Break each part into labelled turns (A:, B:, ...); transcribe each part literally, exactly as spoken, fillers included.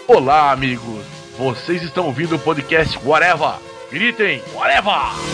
A: Olá, amigos! Vocês estão ouvindo o podcast Whatever! Gritem, Whatever!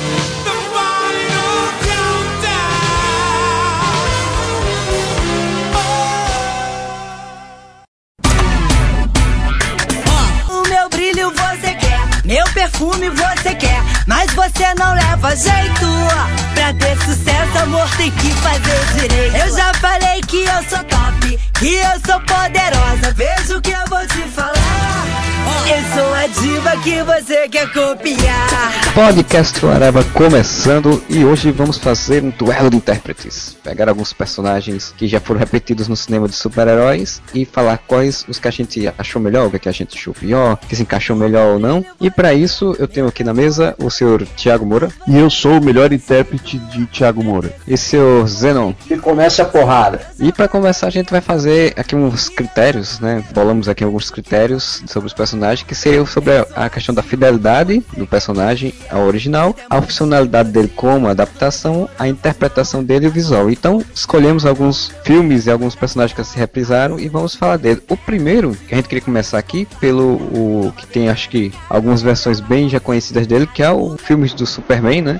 B: O meu brilho você quer, meu perfume você quer, mas você não leva jeito. Pra ter sucesso, amor, tem que fazer direito. Eu já falei que eu sou top, que eu sou poderosa. Veja o que eu vou te falar. Eu sou a diva que você quer copiar.
C: Podcast Whatever começando, e hoje vamos fazer um duelo de intérpretes. Pegar alguns personagens que já foram repetidos no cinema de super-heróis e falar quais os que a gente achou melhor, o que a gente achou pior, que se encaixou melhor ou não. E para isso eu tenho aqui na mesa o senhor Thiago Moura.
D: E eu sou o melhor intérprete de Thiago Moura.
C: E senhor Zenon.
E: E começa a porrada.
C: E para começar a gente vai fazer aqui uns critérios, né? Bolamos aqui alguns critérios sobre os personagens, que seriam sobre a questão da fidelidade do personagem ao original, a funcionalidade dele como adaptação, a interpretação dele e o visual. Então escolhemos alguns filmes e alguns personagens que se reprisaram e vamos falar dele. O primeiro que a gente queria começar aqui, pelo o que tem acho que algumas versões bem já conhecidas dele, que é o filme do Superman, né?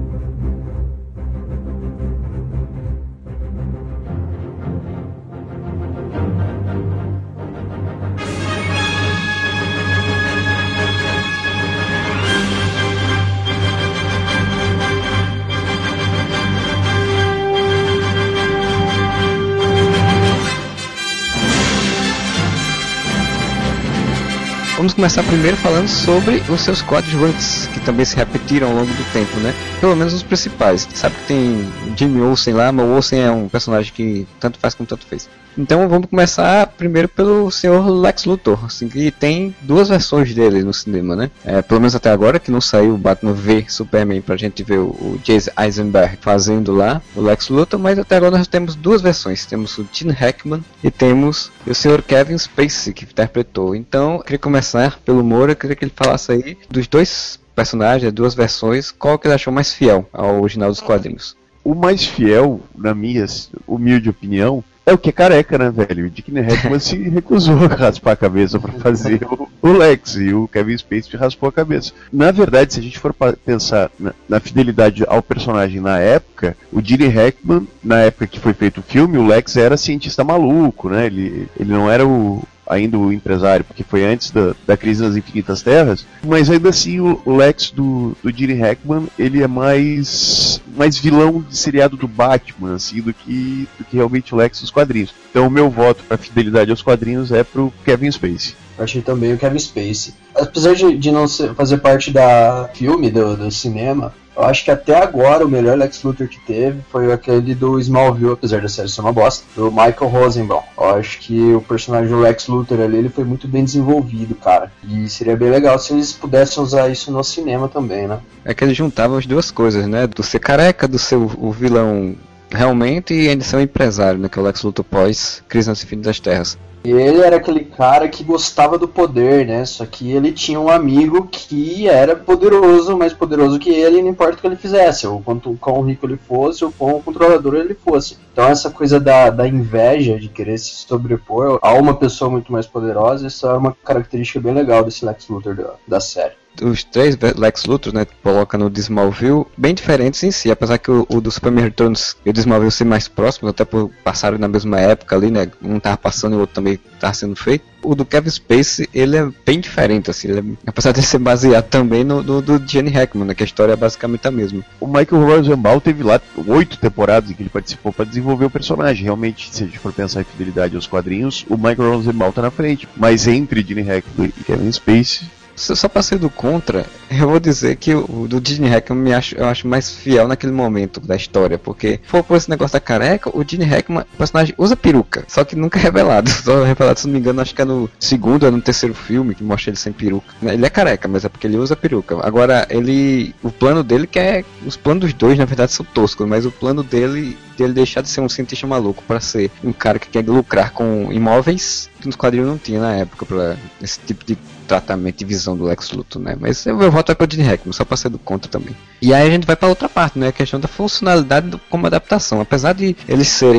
C: Vamos começar primeiro falando sobre os seus coadjuvantes, que também se repetiram ao longo do tempo, né? Pelo menos os principais. Sabe que tem Jimmy Olsen lá, mas o Olsen é um personagem que tanto faz como tanto fez. Então vamos começar primeiro pelo senhor Lex Luthor, assim, que tem duas versões dele no cinema, né? É, pelo menos até agora, que não saiu o Batman v Superman pra gente ver o, o Jason Eisenberg fazendo lá o Lex Luthor, mas até agora nós temos duas versões. Temos o Gene Hackman e temos o senhor Kevin Spacey, que interpretou. Então eu queria começar pelo Moura, eu queria que ele falasse aí dos dois personagens, duas versões, qual que ele achou mais fiel ao original dos quadrinhos.
D: O mais fiel, na minha humilde opinião, é o que é careca, né, velho? O Gene Hackman se recusou a raspar a cabeça pra fazer o, o Lex, e o Kevin Spacey raspou a cabeça. Na verdade, se a gente for pensar na, na fidelidade ao personagem na época, o Gene Hackman, na época que foi feito o filme, o Lex era cientista maluco, né? Ele, ele não era o... ainda o empresário, porque foi antes da, da crise das infinitas terras, mas ainda assim o, o Lex do, do Gene Hackman, ele é mais mais vilão de seriado do Batman, assim, do que, do que realmente o Lex dos quadrinhos. Então o meu voto para fidelidade aos quadrinhos é pro Kevin Spacey.
E: Eu achei também o Kevin Spacey. Apesar de, de não ser, fazer parte da filme, do, do cinema, eu acho que até agora o melhor Lex Luthor que teve foi aquele do Smallville, apesar da série ser uma bosta, do Michael Rosenbaum. Eu acho que o personagem do Lex Luthor ali, ele foi muito bem desenvolvido, cara. E seria bem legal se eles pudessem usar isso no cinema também, né?
C: É que eles juntavam as duas coisas, né? Do ser careca, do ser o vilão realmente, e ainda ser um empresário, né? Que é o Lex Luthor pós Crise nas Infinitas Terras.
E: E ele era aquele cara que gostava do poder, né? Só que ele tinha um amigo que era poderoso, mais poderoso que ele, não importa o que ele fizesse, ou quanto quão rico ele fosse, ou quão controlador ele fosse. Então essa coisa da, da inveja, de querer se sobrepor a uma pessoa muito mais poderosa, isso é uma característica bem legal desse Lex Luthor da, da série.
C: Os três Lex Luthor, né, coloca no Smallville, bem diferentes em si, apesar que o, o do Superman Returns e o do Smallville ser mais próximos, até por passarem na mesma época ali, né, um tava passando e o outro também tava sendo feito. O do Kevin Spacey, ele é bem diferente, assim, ele é, apesar de ser baseado também no, no do Gene Hackman, né, que a história é basicamente a mesma.
D: O Michael Rosenbaum teve lá oito temporadas em que ele participou para desenvolver o personagem. Realmente, se a gente for pensar em fidelidade aos quadrinhos, o Michael Rosenbaum tá na frente, mas entre Gene Hackman e Kevin Spacey,
C: só pra ser do contra, eu vou dizer que o do Gene Hackman me acho, eu acho mais fiel naquele momento da história, porque for por esse negócio da careca, o Gene Hackman, o personagem usa peruca, só que nunca é revelado, só é revelado, se não me engano, acho que é no segundo ou no terceiro filme que mostra ele sem peruca. Ele é careca, mas é porque ele usa peruca. Agora, ele, o plano dele que é, os planos dos dois na verdade são toscos, mas o plano dele de ele deixar de ser um cientista maluco para ser um cara que quer lucrar com imóveis, que nos quadrinhos não tinha na época, para esse tipo de tratamento e visão do Lex Luthor, né? Mas eu, eu voto é para o Gene Hackman, só para ser do contra também. E aí a gente vai para outra parte, né? A questão da funcionalidade do, como adaptação. Apesar de eles serem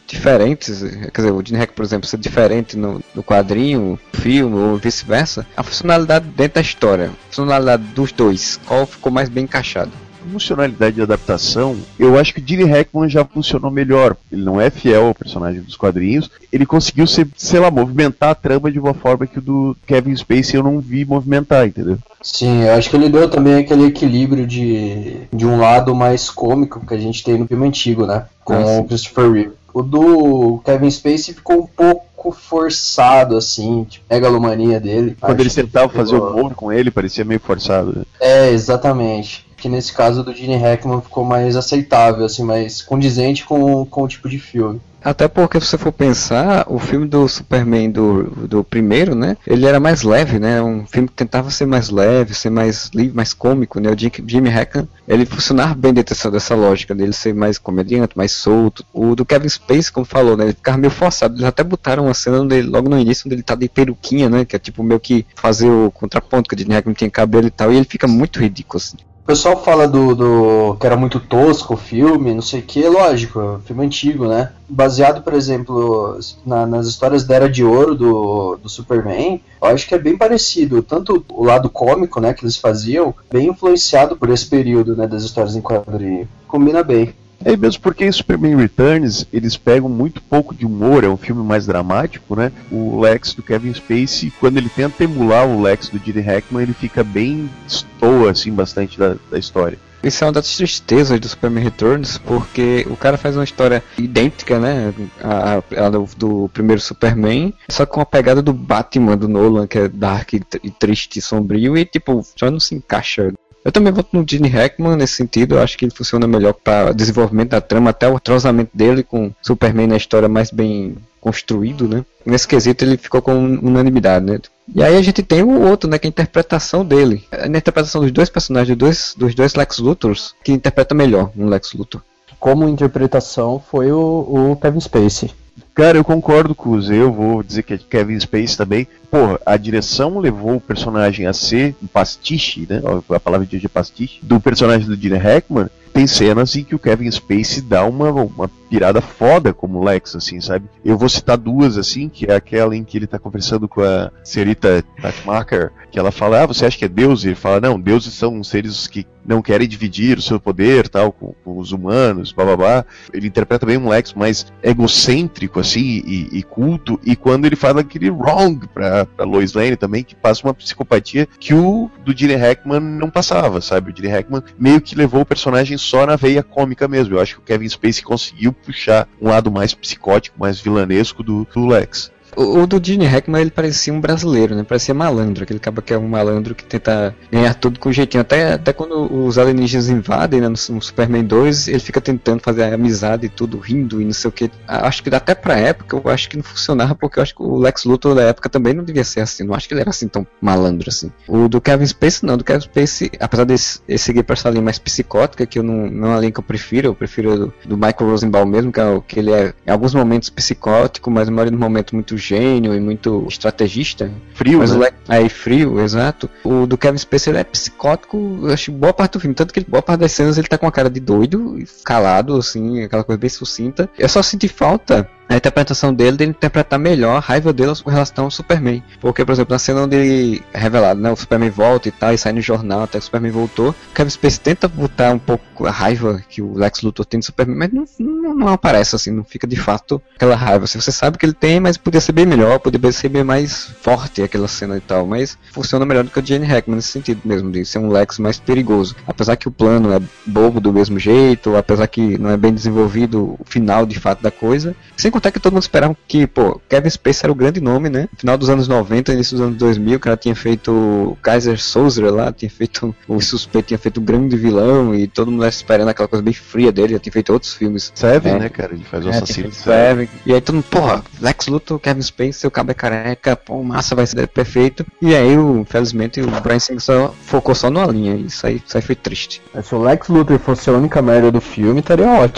C: diferentes, quer dizer, o Gene Hackman, por exemplo, ser diferente no, no quadrinho, no filme ou vice-versa, a funcionalidade dentro da história, a funcionalidade dos dois, qual ficou mais bem encaixado?
D: Funcionalidade de adaptação, eu acho que o Gene Hackman já funcionou melhor. Ele não é fiel ao personagem dos quadrinhos. Ele conseguiu, ser, sei lá, movimentar a trama de uma forma que o do Kevin Spacey eu não vi movimentar, entendeu?
E: Sim, eu acho que ele deu também aquele equilíbrio de, de um lado mais cômico que a gente tem no filme antigo, né? Com ah, o Christopher Reeve. O do Kevin Spacey ficou um pouco forçado, assim, tipo, megalomania dele.
D: Quando ele tentava fazer o humor com ele, parecia meio forçado. Né?
E: É, exatamente. Que nesse caso do Gene Hackman ficou mais aceitável, assim, mais condizente com, com o tipo de filme.
C: Até porque, se você for pensar, o filme do Superman do, do primeiro, né, ele era mais leve, né, um filme que tentava ser mais leve, ser mais livre, mais cômico, né, o Jimmy Hackman, ele funcionava bem dentro dessa, dessa lógica dele ser mais comediante, mais solto. O do Kevin Spacey, como falou, né, ele ficava meio forçado, eles até botaram uma cena dele, logo no início, onde ele tá de peruquinha, né, que é tipo meio que fazer o contraponto, que o Jimmy Hackman tinha cabelo e tal, e ele fica muito ridículo, assim.
E: O pessoal fala do, do que era muito tosco o filme, não sei o que, lógico, filme antigo, né? Baseado, por exemplo, na, nas histórias da Era de Ouro do, do Superman, eu acho que é bem parecido. Tanto o lado cômico, né, que eles faziam, bem influenciado por esse período, né, das histórias em quadrinho. Combina bem.
D: É mesmo porque em Superman Returns eles pegam muito pouco de humor, é um filme mais dramático, né? O Lex do Kevin Spacey, quando ele tenta emular o Lex do Gene Hackman, ele fica bem estoa, assim, bastante da, da história.
C: Isso é uma das tristezas do Superman Returns, porque o cara faz uma história idêntica, né, a, a, a do, do primeiro Superman, só com a pegada do Batman, do Nolan, que é dark e, e triste e sombrio, e tipo, só não se encaixa. Eu também voto no Gene Hackman nesse sentido, eu acho que ele funciona melhor para desenvolvimento da trama, até o entrosamento dele com Superman na história mais bem construído, né? Nesse quesito ele ficou com unanimidade, né? E aí a gente tem o outro, né, que é a interpretação dele. A interpretação dos dois personagens, dos dois, dos dois Lex Luthors, que interpreta melhor um Lex Luthor.
F: Como interpretação foi o, o Kevin Spacey.
D: Cara, eu concordo com o Zé, eu vou dizer que é Kevin Spacey também. Porra, a direção levou o personagem a ser um pastiche, né? A palavra de hoje é pastiche, do personagem do Gene Hackman. Tem cenas em que o Kevin Spacey dá uma, uma pirada foda como Lex, assim, sabe? Eu vou citar duas, assim, que é aquela em que ele tá conversando com a senhorita Tatmacher, que ela fala, ah, você acha que é Deus? E ele fala, não, deuses são seres que não querem dividir o seu poder, tal, com, com os humanos, blá blá blá. Ele interpreta bem um Lex mais egocêntrico, assim, e, e culto, e quando ele fala aquele wrong pra, pra Lois Lane também, que passa uma psicopatia que o do Gene Hackman não passava, sabe? O Gene Hackman meio que levou o personagem só na veia cômica mesmo. Eu acho que o Kevin Spacey conseguiu puxar um lado mais psicótico, mais vilanesco do, do Lex.
C: O, o do Gene Hackman, ele parecia um brasileiro, né? Parecia malandro, aquele cara que é um malandro que tenta ganhar tudo com jeitinho. Até, até quando os alienígenas invadem, né, no, no Superman dois, ele fica tentando fazer amizade e tudo, rindo e não sei o que. Acho que até pra época, eu acho que não funcionava, porque eu acho que o Lex Luthor da época também não devia ser assim. Não acho que ele era assim tão malandro assim. O do Kevin Spacey, não. Do Kevin Spacey, apesar de seguir pra essa linha mais psicótica, que eu não, não é a linha que eu prefiro, eu prefiro do, do Michael Rosenbaum mesmo, que, é, que ele é em alguns momentos psicótico, mas na maioria dos momentos muito gênio e muito estrategista.
D: Frio,
C: mas
D: né?
C: O Le... Aí, frio, exato. O do Kevin Spacey, ele é psicótico, eu acho boa parte do filme, tanto que boa parte das cenas ele tá com a cara de doido, calado, assim, aquela coisa bem sucinta. Eu só senti falta a interpretação dele, dele interpretar melhor a raiva dele com relação ao Superman. Porque, por exemplo, na cena onde ele é revelado, né, o Superman volta e tal, e sai no jornal até que o Superman voltou, o Kevin Spacey tenta botar um pouco a raiva que o Lex Luthor tem do Superman, mas não, não, não aparece assim, não fica de fato aquela raiva. Assim, você sabe que ele tem, mas podia ser bem melhor, podia ser bem mais forte aquela cena e tal, mas funciona melhor do que o Gene Hackman nesse sentido mesmo, de ser um Lex mais perigoso. Apesar que o plano é bobo do mesmo jeito, apesar que não é bem desenvolvido o final de fato da coisa, sem contar que todo mundo esperava que, pô, Kevin Spacey era o grande nome, né? No final dos anos noventa, início dos anos dois mil, o cara tinha feito o Kaiser Soze lá, tinha feito o Suspeito, tinha feito um grande vilão, e todo mundo esperando aquela coisa bem fria dele, já tinha feito outros filmes.
D: Seven,
C: é,
D: né, cara? Ele faz o
C: é,
D: assassino.
C: Seven. E aí todo mundo, porra, Lex Luthor, Kevin Spacey, o cabo é careca, pô, massa, vai ser perfeito. E aí, infelizmente, o Bryan Singer só focou só numa linha, e isso aí, isso aí foi triste.
F: Se o Lex Luthor fosse a única merda do filme, estaria ótimo, né?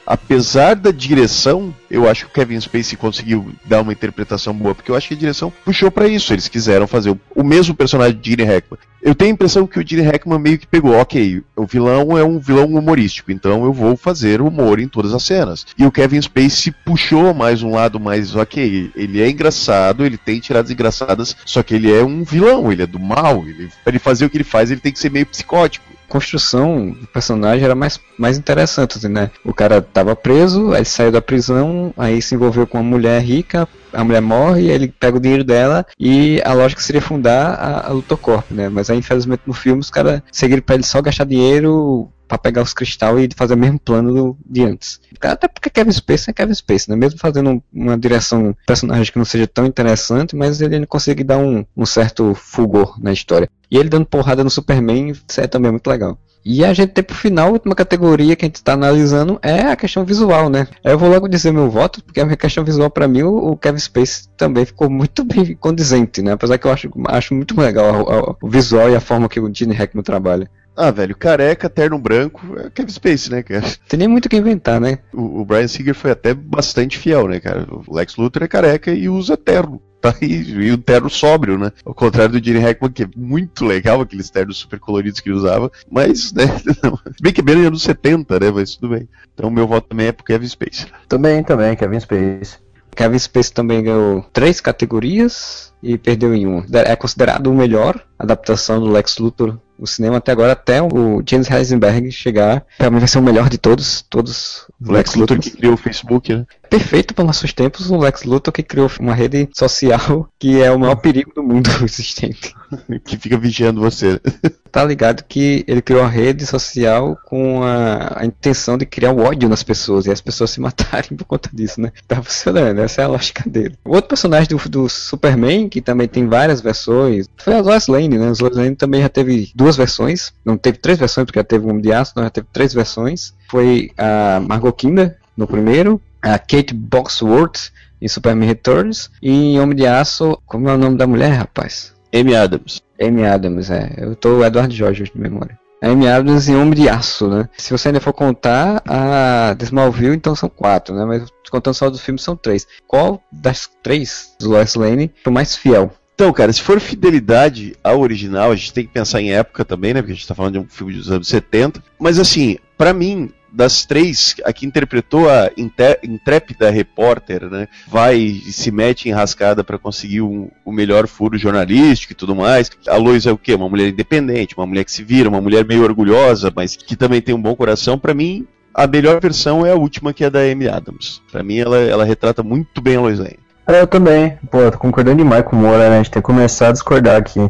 D: apesar da direção, eu acho que o Kevin Spacey conseguiu dar uma interpretação boa, porque eu acho que a direção puxou pra isso, eles quiseram fazer o, o mesmo personagem de Gene Hackman. Eu tenho a impressão que o Gene Hackman meio que pegou, ok, o vilão é um vilão humorístico, então eu vou fazer humor em todas as cenas. E o Kevin Spacey puxou mais um lado mais, ok, ele é engraçado, ele tem tiradas engraçadas, só que ele é um vilão, ele é do mal, ele, pra ele fazer o que ele faz, ele tem que ser meio psicótico.
C: A construção do personagem era mais, mais interessante, assim, né? O cara tava preso, aí saiu da prisão, aí se envolveu com uma mulher rica, a mulher morre, ele pega o dinheiro dela e a lógica seria fundar a, a Lutocorp, né? Mas aí, infelizmente, no filme, os caras seguiram pra ele só gastar dinheiro pra pegar os cristais e fazer o mesmo plano do, de antes. Até porque Kevin Spacey é Kevin Spacey, né? Mesmo fazendo uma direção personagem que não seja tão interessante, mas ele consegue dar um, um certo fulgor na história. E ele dando porrada no Superman, isso é também muito legal. E a gente tem pro final, a última categoria que a gente está analisando é a questão visual, né? Eu vou logo dizer meu voto, porque a minha questão visual para mim, o Kevin Spacey também ficou muito bem condizente, né? Apesar que eu acho, acho muito legal o, o visual e a forma que o Gene Hackman trabalha.
D: Ah, velho, careca, terno branco, é Kevin Spacey, né, cara?
C: Tem nem muito o que inventar, né?
D: O, o Bryan Singer foi até bastante fiel, né, cara? O Lex Luthor é careca e usa terno. Tá aí, e o terno sóbrio, né? Ao contrário do Gene Hackman, que é muito legal, aqueles ternos super coloridos que ele usava. Mas, né, bem que é bem nos anos setenta, né, mas tudo bem. Então o meu voto também é pro Kevin Spacey.
F: Também, também, Kevin Spacey.
C: Kevin Spacey também ganhou três categorias e perdeu em uma. É considerado o melhor adaptação do Lex Luthor no cinema até agora, até o James Heisenberg chegar. Pra mim vai ser o melhor de todos, todos
D: o Lex Luthor que criou o Facebook, né?
C: Perfeito para nossos tempos, o Lex Luthor que criou uma rede social que é o maior perigo do mundo existente.
D: Que fica vigiando você.
C: Tá ligado que ele criou uma rede social com a, a intenção de criar o ódio nas pessoas e as pessoas se matarem por conta disso, né? Tá funcionando, essa é a lógica dele. O outro personagem do, do Superman, que também tem várias versões, foi a Lois Lane, né? A Lois Lane também já teve duas versões, não teve três versões porque já teve o Homem de Aço, não, já teve três versões. Foi a Margot Kidder no primeiro, a Kate Bosworth em Superman Returns e em Homem de Aço, como é o nome da mulher, rapaz?
D: Amy Adams.
C: Amy Adams, é. Eu tô Edward George de memória. A Amy Adams em Homem de Aço, né? Se você ainda for contar a The Smallville, então são quatro, né? Mas contando só dos filmes, são três. Qual das três, Lois Lane, foi mais fiel?
D: Então, cara, se for fidelidade ao original, a gente tem que pensar em época também, né? Porque a gente tá falando de um filme dos anos setenta. Mas assim, pra mim, das três, a que interpretou a intrépida repórter, né, vai e se mete em rascada para conseguir um, o melhor furo jornalístico e tudo mais. A Lois é o quê? Uma mulher independente, uma mulher que se vira, uma mulher meio orgulhosa, mas que também tem um bom coração. Para mim, a melhor versão é a última, que é a da Amy Adams. Para mim, ela, ela retrata muito bem a Lois Lane.
F: Eu também, pô, tô concordando demais com o Moura, né? A gente tem que começar a discordar aqui.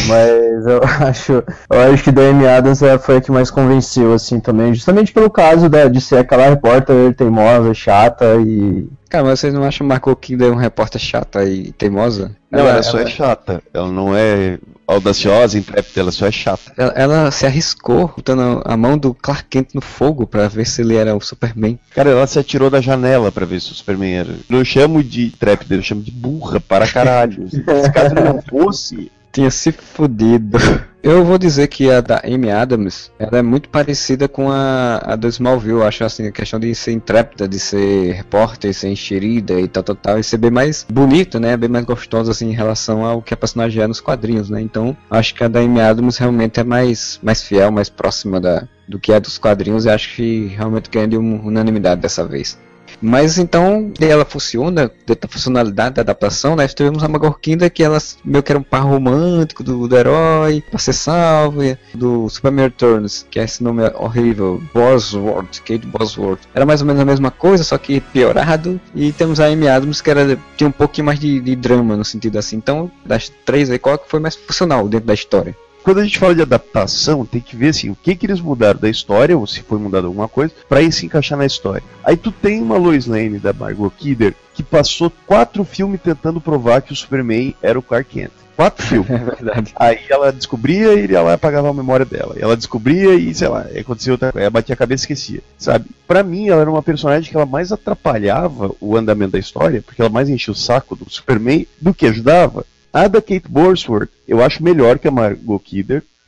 F: Mas eu acho, eu acho que da Amy Adams foi a que mais convenceu, assim, também. Justamente pelo caso da, de ser aquela repórter teimosa, chata e...
C: Cara, mas vocês não acham Margot Kidder uma repórter chata e teimosa?
D: Não,
C: ela,
D: ela só
C: ela...
D: é chata. Ela não é audaciosa, intrépida, ela só é chata.
C: Ela, ela se arriscou, botando a mão do Clark Kent no fogo pra ver se ele era o Superman.
D: Cara, ela se atirou da janela pra ver se o Superman era. Não chamo de intrépida, eu chamo de burra para caralho. Se caso não fosse...
C: Tinha se fudido. Eu vou dizer que a da Amy Adams, ela é muito parecida com a, a do Smallville. Eu acho assim, a questão de ser intrépida, de ser repórter, ser enxerida e tal, tal, tal, e ser bem mais bonita, né, bem mais gostosa assim em relação ao que a personagem é nos quadrinhos, né. Então, acho que a da Amy Adams realmente é mais, mais fiel, mais próxima da, do que a dos quadrinhos, e acho que realmente ganha de uma unanimidade dessa vez. Mas então, ela funciona, dentro da funcionalidade da adaptação, nós tivemos a Margot Kidder, que ela meio que era um par romântico do, do herói, pra ser salvo, do Superman Returns, que é esse nome horrível, Bosworth, Kate Bosworth. Era mais ou menos a mesma coisa, só que piorado. E temos a Amy Adams, que era, tinha um pouquinho mais de, de drama, no sentido assim. Então, das três aí, qual que foi mais funcional dentro da história?
D: Quando a gente fala de adaptação, tem que ver assim, o que, que eles mudaram da história, ou se foi mudado alguma coisa, pra ir se encaixar na história. Aí tu tem uma Lois Lane da Margot Kidder que passou quatro filmes tentando provar que o Superman era o Clark Kent. Quatro filmes.
C: É verdade.
D: Aí ela descobria e ela apagava a memória dela. Ela descobria e, sei lá, acontecia outra coisa. Ela batia a cabeça e esquecia. Sabe? Pra mim, ela era uma personagem que ela mais atrapalhava o andamento da história, porque ela mais enchia o saco do Superman do que ajudava. A da Kate Bosworth, eu acho melhor que a Margot Kidder,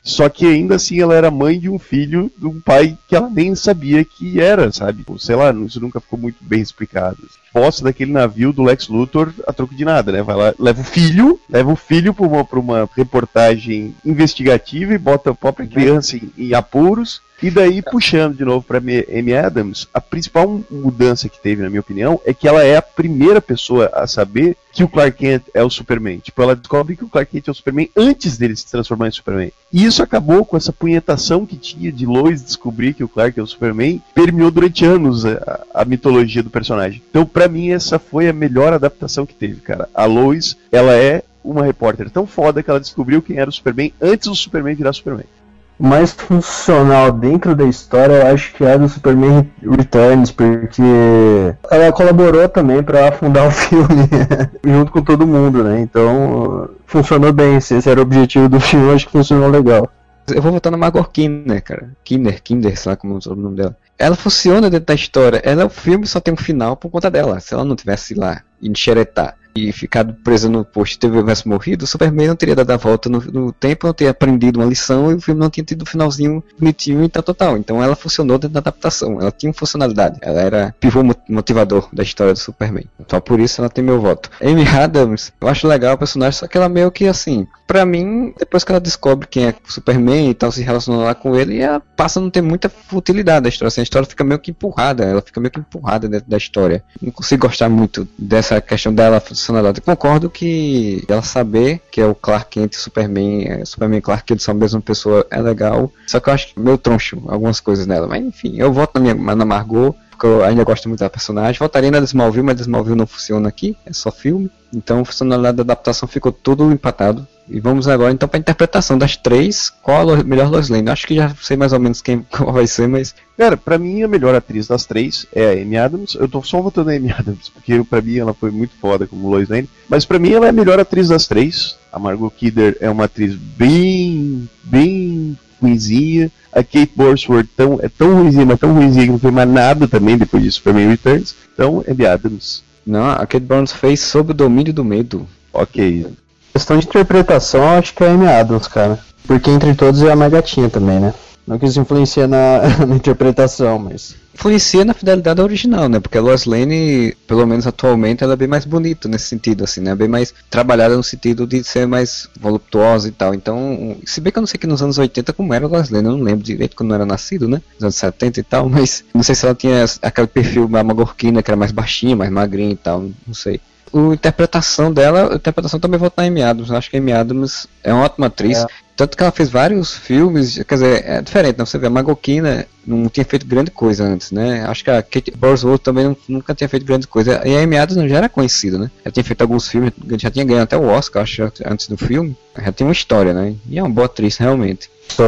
D: Só que ainda assim ela era mãe de um filho de um pai que ela nem sabia que era, sabe? Sei lá, isso nunca ficou muito bem explicado. Posse daquele navio do Lex Luthor a troco de nada, né? Vai lá, leva o filho, leva o filho pra uma, pra uma reportagem investigativa e bota a própria criança em, em apuros. E daí, puxando de novo pra Amy Adams, a principal mudança que teve, na minha opinião, é que ela é a primeira pessoa a saber que o Clark Kent é o Superman. Tipo, ela descobre que o Clark Kent é o Superman antes dele se transformar em Superman. E isso acabou com essa punhetação que tinha de Lois descobrir que o Clark é o Superman, permeou durante anos a, a mitologia do personagem. Então, pra mim, essa foi a melhor adaptação que teve, cara. A Lois, ela é uma repórter tão foda que ela descobriu quem era o Superman antes do Superman virar Superman.
F: O mais funcional dentro da história eu acho que é do Superman Returns, porque ela colaborou também para afundar o filme junto com todo mundo, né? Então funcionou bem, se esse era o objetivo do filme, eu acho que funcionou legal.
C: Eu vou votar na Margot Kidder, cara. Kidder, Kinder, sei lá como é o nome dela. Ela funciona dentro da história. Ela, o filme só tem um final por conta dela. Se ela não tivesse lá enxeretar e ficado presa no posto e tivesse morrido, o Superman não teria dado a volta no, no tempo, não teria aprendido uma lição e o filme não tinha tido um finalzinho bonitinho e tal, total. Então ela funcionou dentro da adaptação, ela tinha funcionalidade, ela era pivô motivador da história do Superman. Então por isso ela tem meu voto. Amy Adams, eu acho legal o personagem, só que ela meio que assim, pra mim, depois que ela descobre quem é o Superman e tal, se relaciona lá com ele, ela passa a não ter muita futilidade da história, assim, a história fica meio que empurrada, ela fica meio que empurrada dentro da história. Não consigo gostar muito dessa questão dela funcionalidade. Concordo que ela saber que é o Clark Kent e o Superman, é, Superman e Clark Kent são a mesma pessoa, é legal, só que eu acho meio troncho algumas coisas nela, mas enfim, eu voto na, minha, na Margot, porque eu ainda gosto muito da personagem. Votaria na Smallville, mas Smallville não funciona aqui, é só filme, então a funcionalidade da adaptação ficou tudo empatado. E vamos agora então para a interpretação das três. Qual a lo- melhor Lois Lane? Acho que já sei mais ou menos quem qual vai ser, mas...
D: Cara, pra mim a melhor atriz das três é a Amy Adams. Eu tô só votando a Amy Adams, porque pra mim ela foi muito foda como Lois Lane. Mas pra mim ela é a melhor atriz das três. A Margot Kidder é uma atriz bem... bem... ruinzinha. A Kate Bosworth tão, é tão ruinzinha, mas tão ruinzinha que não fez mais nada também depois de Superman Returns. Então, Amy Adams.
C: Não, a Kate Burns fez Sob o Domínio do Medo.
D: Ok.
F: Questão de interpretação, eu acho que é a Amy Adams, cara. Porque entre todos é a mais gatinha também, né? Não que isso influencia na, na interpretação, mas...
C: Influencia na fidelidade original, né? Porque a Lois Lane, pelo menos atualmente, ela é bem mais bonita nesse sentido, assim, né? Bem mais trabalhada no sentido de ser mais voluptuosa e tal. Então, se bem que eu não sei que nos anos oitenta como era a Lois Lane, eu não lembro direito quando eu era nascido, né? Nos anos setenta e tal, mas não sei se ela tinha aquele perfil da Magorquina, que era mais baixinha, mais magrinha e tal, não sei. A interpretação dela, a interpretação também volta na Amy Adams. Eu acho que a Amy Adams é uma ótima atriz. É. Tanto que ela fez vários filmes, quer dizer, é diferente, né? Você vê, a Magorquina não tinha feito grande coisa antes, né? Acho que a Kate Bosworth também não, nunca tinha feito grande coisa. E a Amy Adams já era conhecida, né? Já tinha feito alguns filmes, já tinha ganho até o Oscar, acho, antes do filme. Já tem uma história, né? E é uma boa atriz, realmente.
F: Só,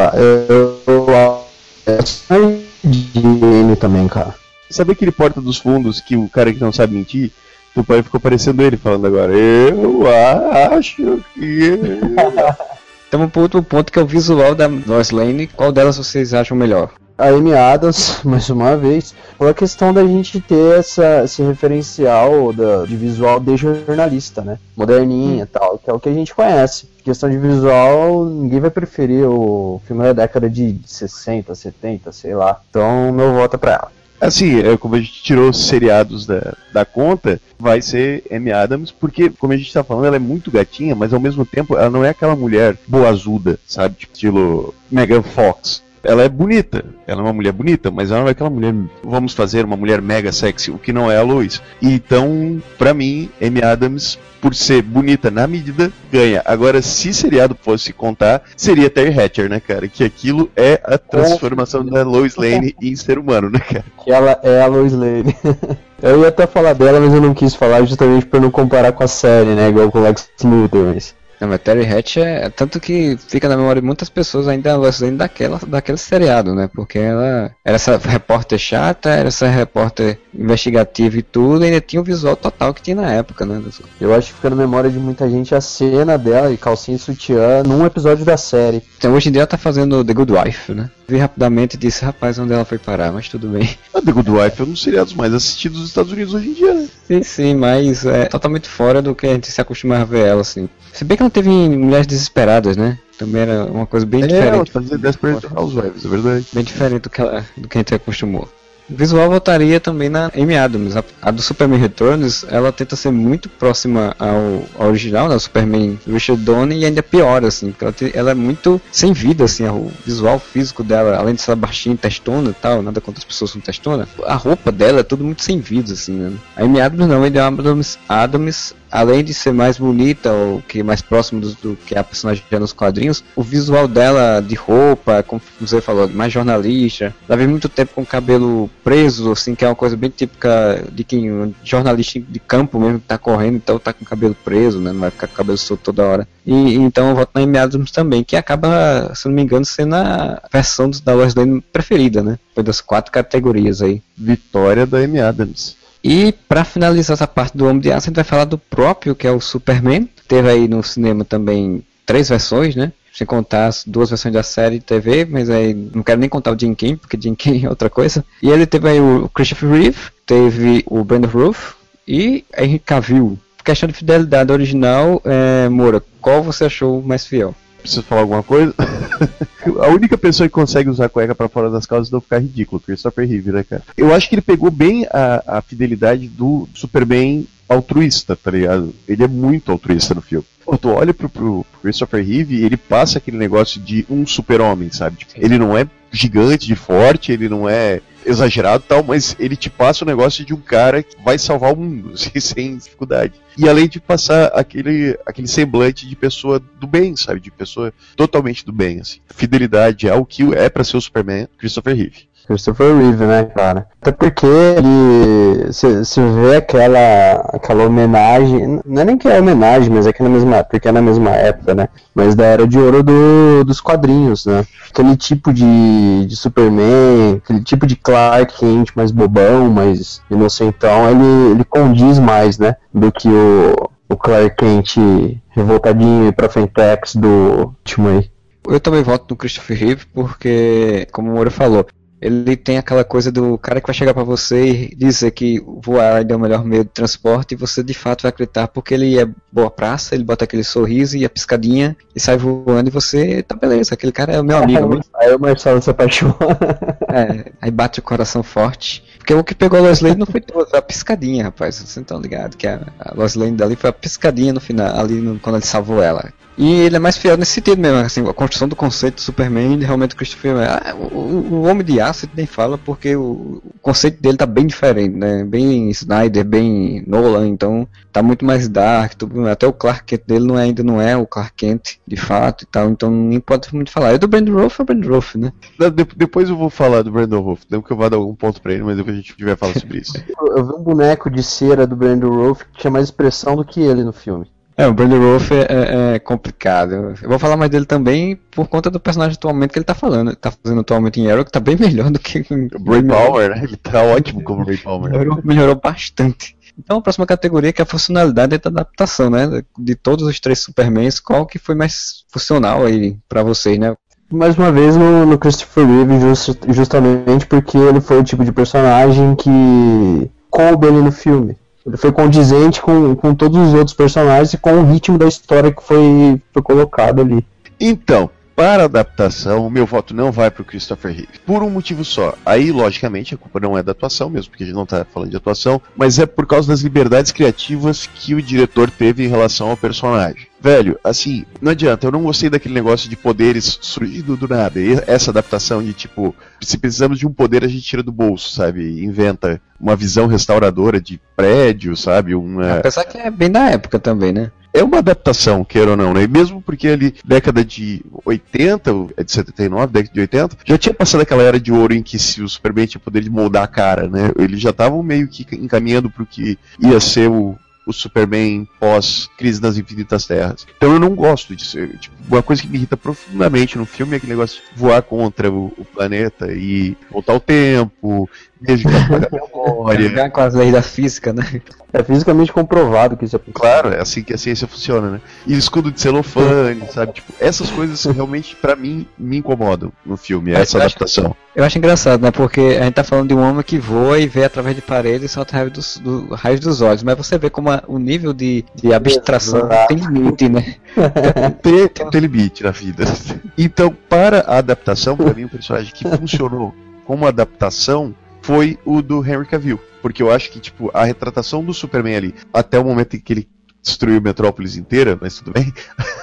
F: eu... eu de ele também, cara.
D: Sabe aquele Porta dos Fundos que o cara que não sabe mentir? O pai ficou parecendo ele falando agora. Eu acho que...
C: Então, pro outro ponto, que é o visual da Lois Lane. Qual delas vocês acham melhor?
F: A Amy Adams, mais uma vez, pela questão da gente ter essa, esse referencial da, de visual de jornalista, né? Moderninha e hum. tal, que é o que a gente conhece. Questão de visual, ninguém vai preferir o filme da década de sessenta, setenta, sei lá. Então, meu voto é pra ela.
D: Assim, é, como a gente tirou os seriados da, da conta, vai ser Amy Adams, porque, como a gente tá falando, ela é muito gatinha, mas ao mesmo tempo ela não é aquela mulher boazuda, sabe? Tipo, estilo Megan Fox. Ela é bonita, ela é uma mulher bonita, mas ela não é aquela mulher, vamos fazer uma mulher mega sexy, o que não é a Lois. Então, pra mim, Amy Adams, por ser bonita na medida, ganha. Agora, se seriado fosse contar, seria Terry Hatcher, né, cara? Que aquilo é a transformação da Lois Lane em ser humano, né, cara?
F: Que ela é a Lois Lane. Eu ia até falar dela, mas eu não quis falar justamente pra não comparar com a série, né, igual com o Lex Luthor, mas...
C: Não, mas Terry Hatcher é tanto que fica na memória de muitas pessoas ainda a Lois Lane daquela, daquele seriado, né? Porque ela era essa repórter chata, era essa repórter investigativa e tudo, e ainda tinha o visual total que tinha na época, né?
F: Eu acho que fica na memória de muita gente a cena dela, de calcinha e sutiã, num episódio da série.
C: Então hoje em dia ela tá fazendo The Good Wife, né? Vi rapidamente e disse, rapaz, onde ela foi parar, mas tudo bem.
D: A The Good Wife é um dos seriados mais assistidos dos Estados Unidos hoje em dia, né?
C: Sim, sim, mas é totalmente fora do que a gente se acostuma a ver ela, assim. Se bem que ela Ah, teve Mulheres Desesperadas, né? Também era uma coisa bem
D: é,
C: diferente.
D: Fazer Desperate Housewives, é verdade.
C: Bem diferente do que, ela, do que a gente acostumou. O visual voltaria também na Amy Adams. A, a do Superman Returns, ela tenta ser muito próxima ao, ao original, né? O Superman Richard Donner, e ainda pior, assim, porque ela, te, ela é muito sem vida, assim, o visual físico dela, além de ser baixinha, testona e tal, nada contra as pessoas com testona, a roupa dela é tudo muito sem vida, assim, né? A Amy Adams não, a Amy Adams, Adams, além de ser mais bonita, ou que é mais próximo do, do que a personagem já nos quadrinhos, o visual dela de roupa, como você falou, mais jornalista, ela vem muito tempo com o cabelo preso, assim, que é uma coisa bem típica de quem, um jornalista de campo mesmo, que tá correndo, então tá com o cabelo preso, né, não vai ficar com o cabelo solto toda hora. E então eu voto na Amy Adams também, que acaba, se não me engano, sendo a versão da Lois Lane preferida, né, foi das quatro categorias aí.
D: Vitória da Amy Adams.
C: E para finalizar essa parte do Homem de Aço, a gente vai falar do próprio, que é o Superman. Teve aí no cinema também três versões, né? Sem contar as duas versões da série de T V, mas aí não quero nem contar o Jim King, porque Jim King é outra coisa. E ele teve aí o Christopher Reeve, teve o Brandon Routh e Henry Cavill. Questão de fidelidade original, é, Moura, qual você achou mais fiel?
D: Preciso falar alguma coisa? A única pessoa que consegue usar a cueca pra fora das calças não ficar ridículo, Christopher Reeve, né, cara? Eu acho que ele pegou bem a, a fidelidade do Superman altruísta, tá ligado? Ele é muito altruísta no filme. Pô, tu olha pro, pro Christopher Reeve e ele passa aquele negócio de um super-homem, sabe? Tipo, ele não é gigante, de forte, ele não é exagerado e tal, mas ele te passa o negócio de um cara que vai salvar o mundo, assim, sem dificuldade. E além de passar aquele, aquele semblante de pessoa do bem, sabe? De pessoa totalmente do bem, assim. Fidelidade ao que é pra ser o Superman, Christopher Reeve.
F: Christopher Reeve, né, cara? Até porque ele se, se vê aquela, aquela homenagem, não é nem que é homenagem, mas é que é na mesma, porque é na mesma época, né? Mas da Era de Ouro do, dos quadrinhos, né? Aquele tipo de, de Superman, aquele tipo de Clark Kent mais bobão, mais inocentão, ele, ele condiz mais, né? Do que o, o Clark Kent revoltadinho e pra Fentex do último aí.
C: Eu também voto no Christopher Reeve porque, como o Moura falou, ele tem aquela coisa do cara que vai chegar pra você e dizer que voar é o melhor meio de transporte, e você de fato vai acreditar porque ele é boa praça, ele bota aquele sorriso e a piscadinha e sai voando e você, tá beleza, aquele cara é o meu amigo.
F: Aí o Marcelo se apaixona.
C: É, aí bate o coração forte. Porque o que pegou a Lois Lane não foi toda, foi a piscadinha, rapaz, vocês não estão ligados, que a, a Lois Lane dali foi a piscadinha no final, ali no, quando ele salvou ela. E ele é mais fiel nesse sentido mesmo, assim, a construção do conceito do Superman, realmente o Christopher, ah, o, o Homem de Aço nem fala porque o, o conceito dele tá bem diferente, né, bem Snyder, bem Nolan, então tá muito mais dark, tudo, até o Clark Kent dele não é, ainda não é o Clark Kent, de fato, e tal, então nem pode muito falar. E do Brandon Routh é o Brandon Routh, né?
D: De, depois eu vou falar do Brandon Routh, não que eu vá dar algum ponto pra ele, mas depois a gente vai falar sobre isso.
F: Eu vi um boneco de cera do Brandon Routh que tinha mais expressão do que ele no filme.
C: É, o Brandon Routh é, é, é complicado. Eu vou falar mais dele também por conta do personagem atualmente que ele tá falando. Ele tá fazendo atualmente em Arrow, que tá bem melhor do que
D: o Ray Palmer, né? Ele tá ótimo como Ray Palmer.
C: Melhorou, melhorou bastante. Então a próxima categoria que é a funcionalidade da adaptação, né? De todos os três Supermans, qual que foi mais funcional aí pra vocês, né?
F: Mais uma vez no, no Christopher Reeve, just, justamente porque ele foi o tipo de personagem que coube ele no filme. Ele foi condizente com, com todos os outros personagens e com o ritmo da história que foi, foi colocado ali.
D: Então, para a adaptação, o meu voto não vai para o Christopher Reeve. Por um motivo só. Aí, logicamente, a culpa não é da atuação mesmo, porque a gente não está falando de atuação, mas é por causa das liberdades criativas que o diretor teve em relação ao personagem. Velho, assim, não adianta, eu não gostei daquele negócio de poderes surgindo do nada. E essa adaptação de tipo, se precisamos de um poder, a gente tira do bolso, sabe? Inventa uma visão restauradora de prédio, sabe? Uma...
C: Apesar que é bem da época também, né?
D: É uma adaptação, queira ou não, né? E mesmo porque ali, década de oitenta, é de setenta e nove, década de oitenta, já tinha passado aquela era de ouro em que se o Superman tinha poder de moldar a cara, né? Eles já estavam meio que encaminhando pro que ia ser o o Superman pós-Crise nas Infinitas Terras. Então eu não gosto disso. Tipo, uma coisa que me irrita profundamente no filme é aquele negócio de voar contra o, o planeta e voltar o tempo, mesmo que apagar a memória.
C: Com as leis da física, né?
F: É fisicamente comprovado que isso é possível.
D: Claro, é assim que a ciência funciona, né? E o escudo de celofane, sabe? Tipo, essas coisas realmente, pra mim, me incomodam no filme, essa
C: eu
D: adaptação.
C: Acho, Eu acho engraçado, né? Porque a gente tá falando de um homem que voa e vê através de paredes e solta raios dos, do, raios dos olhos. Mas você vê como a, o nível de, de abstração
F: Exato.
C: tem limite, né?
D: Tem, tem limite na vida. Então, para a adaptação, pra mim, o personagem que funcionou como adaptação foi o do Henry Cavill. Porque eu acho que, tipo, a retratação do Superman ali, até o momento em que ele destruiu Metrópolis inteira, mas tudo bem.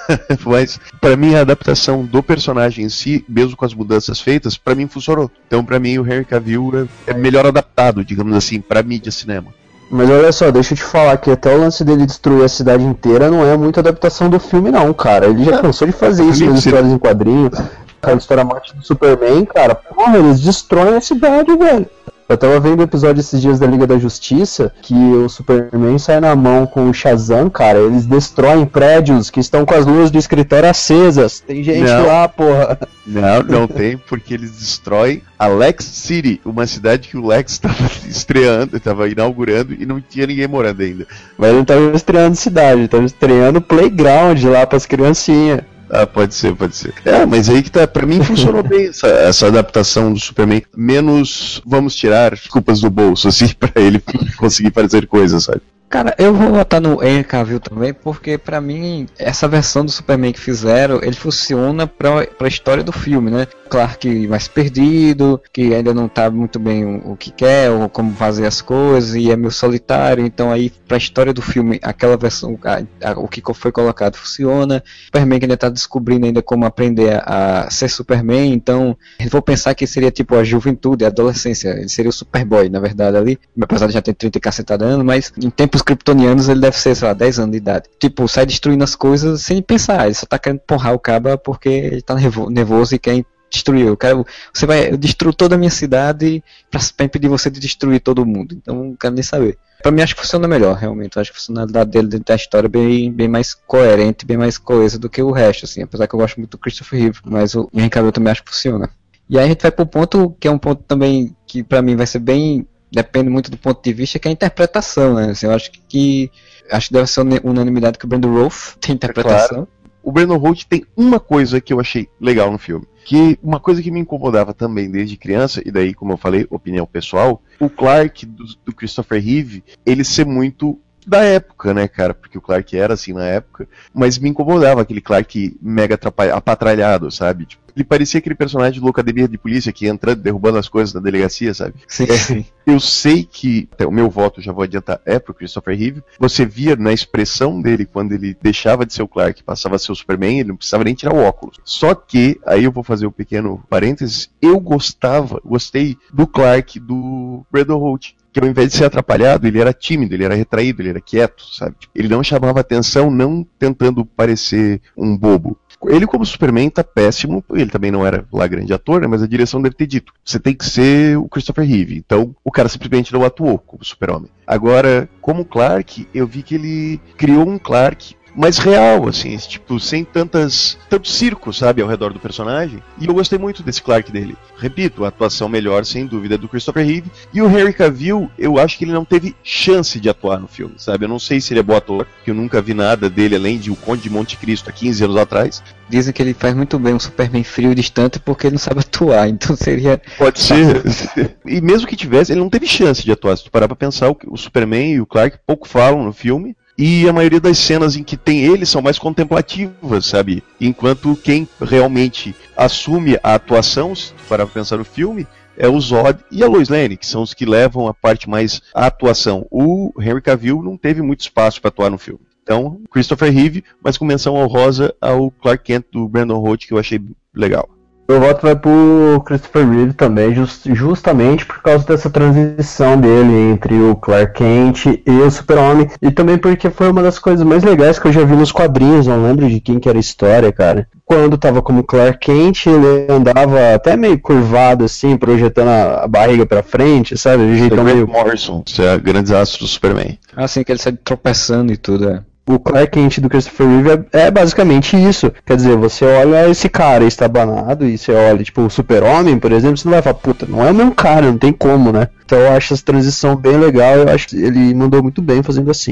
D: Mas, pra mim, a adaptação do personagem em si, mesmo com as mudanças feitas, pra mim funcionou. Então, pra mim, o Henry Cavill é, é melhor adaptado, digamos assim, pra mídia cinema.
F: Mas olha só, deixa eu te falar que até o lance dele destruir a cidade inteira não é muita adaptação do filme não, cara. Ele já cansou de fazer isso nas histórias em quadrinhos. A história morte do Superman, cara, porra, eles destroem a cidade, velho. Eu tava vendo o episódio esses dias da Liga da Justiça, que o Superman sai na mão com o Shazam, cara, eles destroem prédios que estão com as luzes do escritório acesas. Tem gente
D: Não.
F: lá, porra.
D: Não, não tem, porque eles destroem a Lex City, uma cidade que o Lex estava estreando, estava inaugurando e não tinha ninguém morando ainda.
F: Mas ele não tava estreando cidade, tava estreando playground lá pras criancinhas.
D: Ah, pode ser, pode ser. É, mas aí que tá, pra mim funcionou bem essa, essa adaptação do Superman, menos vamos tirar culpas do bolso, assim, pra ele conseguir fazer coisas, sabe?
C: Cara, eu vou votar no Henry Cavill também, porque pra mim, essa versão do Superman que fizeram, ele funciona pra, pra história do filme, né? Clark mais perdido, que ainda não tá muito bem o, o que quer, ou como fazer as coisas, e é meio solitário, então aí pra história do filme, aquela versão, a, a, o que foi colocado funciona. Superman que ainda tá descobrindo ainda como aprender a, a ser Superman, então eu vou pensar que seria tipo a juventude, a adolescência, ele seria o Superboy, na verdade, ali, apesar de já ter trinta e cacetado anos, mas em tempos kryptonianos ele deve ser, sei lá, dez anos de idade. Tipo, sai destruindo as coisas sem pensar, ele só tá querendo porrar o caba porque ele tá nervo- nervoso e quer destruir. Eu quero, você vai, eu destruo toda a minha cidade pra, pra impedir você de destruir todo mundo. Então não quero nem saber. Pra mim acho que funciona melhor, realmente. Eu acho que a funcionalidade dele dentro da história é bem, bem mais coerente, bem mais coesa do que o resto, assim. Apesar que eu gosto muito do Christopher Reeve, mas o Henry Cavill também acho que funciona. E aí a gente vai pro ponto que é um ponto também que pra mim vai ser bem, depende muito do ponto de vista, que é a interpretação, né? Assim, eu acho que acho que deve ser unanimidade que o Brandon Routh tem interpretação.
D: Claro. O Brandon Routh tem uma coisa que eu achei legal no filme. Que uma coisa que me incomodava também desde criança, e daí, como eu falei, opinião pessoal, o Clark do, do Christopher Reeve, ele ser muito da época, né, cara? Porque o Clark era assim na época, mas me incomodava aquele Clark mega apatralhado, sabe? Tipo, ele parecia aquele personagem do Academia de Polícia que ia entrando, derrubando as coisas na delegacia, sabe?
C: Sim, sim.
D: Eu sei que, até o meu voto, já vou adiantar, é pro Christopher Reeve. Você via na expressão dele, quando ele deixava de ser o Clark, passava a ser o Superman, ele não precisava nem tirar o óculos. Só que, aí eu vou fazer um pequeno parênteses, eu gostava, gostei do Clark do Brandon Routh. Que ao invés de ser atrapalhado, ele era tímido, ele era retraído, ele era quieto, sabe? Ele não chamava atenção, não tentando parecer um bobo. Ele como Superman tá péssimo, ele também não era lá grande ator, né, mas a direção deve ter dito, você tem que ser o Christopher Reeve. Então o cara simplesmente não atuou como Super-Homem. Agora, como Clark, eu vi que ele criou um Clark mais real, assim, tipo, sem tantas tantos circos, sabe, ao redor do personagem. E eu gostei muito desse Clark dele. Repito, a atuação melhor, sem dúvida, é do Christopher Reeve. E o Henry Cavill, eu acho que ele não teve chance de atuar no filme, sabe? Eu não sei se ele é bom ator, porque eu nunca vi nada dele, além de O Conde de Monte Cristo, há quinze anos atrás.
C: Dizem que ele faz muito bem um Superman frio e distante porque ele não sabe atuar, então seria...
D: Pode ser. E mesmo que tivesse, ele não teve chance de atuar. Se tu parar pra pensar, o Superman e o Clark pouco falam no filme. E a maioria das cenas em que tem eles são mais contemplativas, sabe? Enquanto quem realmente assume a atuação, se tu parar pra pensar no filme, é o Zod e a Lois Lane, que são os que levam a parte mais à atuação. O Henry Cavill não teve muito espaço para atuar no filme. Então, Christopher Reeve, mas com menção honrosa ao Clark Kent do Brandon Routh, que eu achei legal.
F: Meu voto vai pro Christopher Reeve também, just, justamente por causa dessa transição dele entre o Clark Kent e o Super-Homem. E também porque foi uma das coisas mais legais que eu já vi nos quadrinhos, não lembro de quem que era a história, cara. Quando tava como Clark Kent, ele andava até meio curvado assim, projetando a, a barriga pra frente, sabe? De jeito meio...
D: Morrison, você é grande astro do Superman.
C: Ah, sim, que ele sai tropeçando e tudo, é.
F: O Clark Kent do Christopher Reeve é, é basicamente isso. Quer dizer, você olha esse cara estabanado e você olha, tipo, o Super-Homem, por exemplo, você não vai falar, puta, não é o mesmo cara, não tem como, né? Então eu acho essa transição bem legal, eu acho que ele mandou muito bem fazendo assim.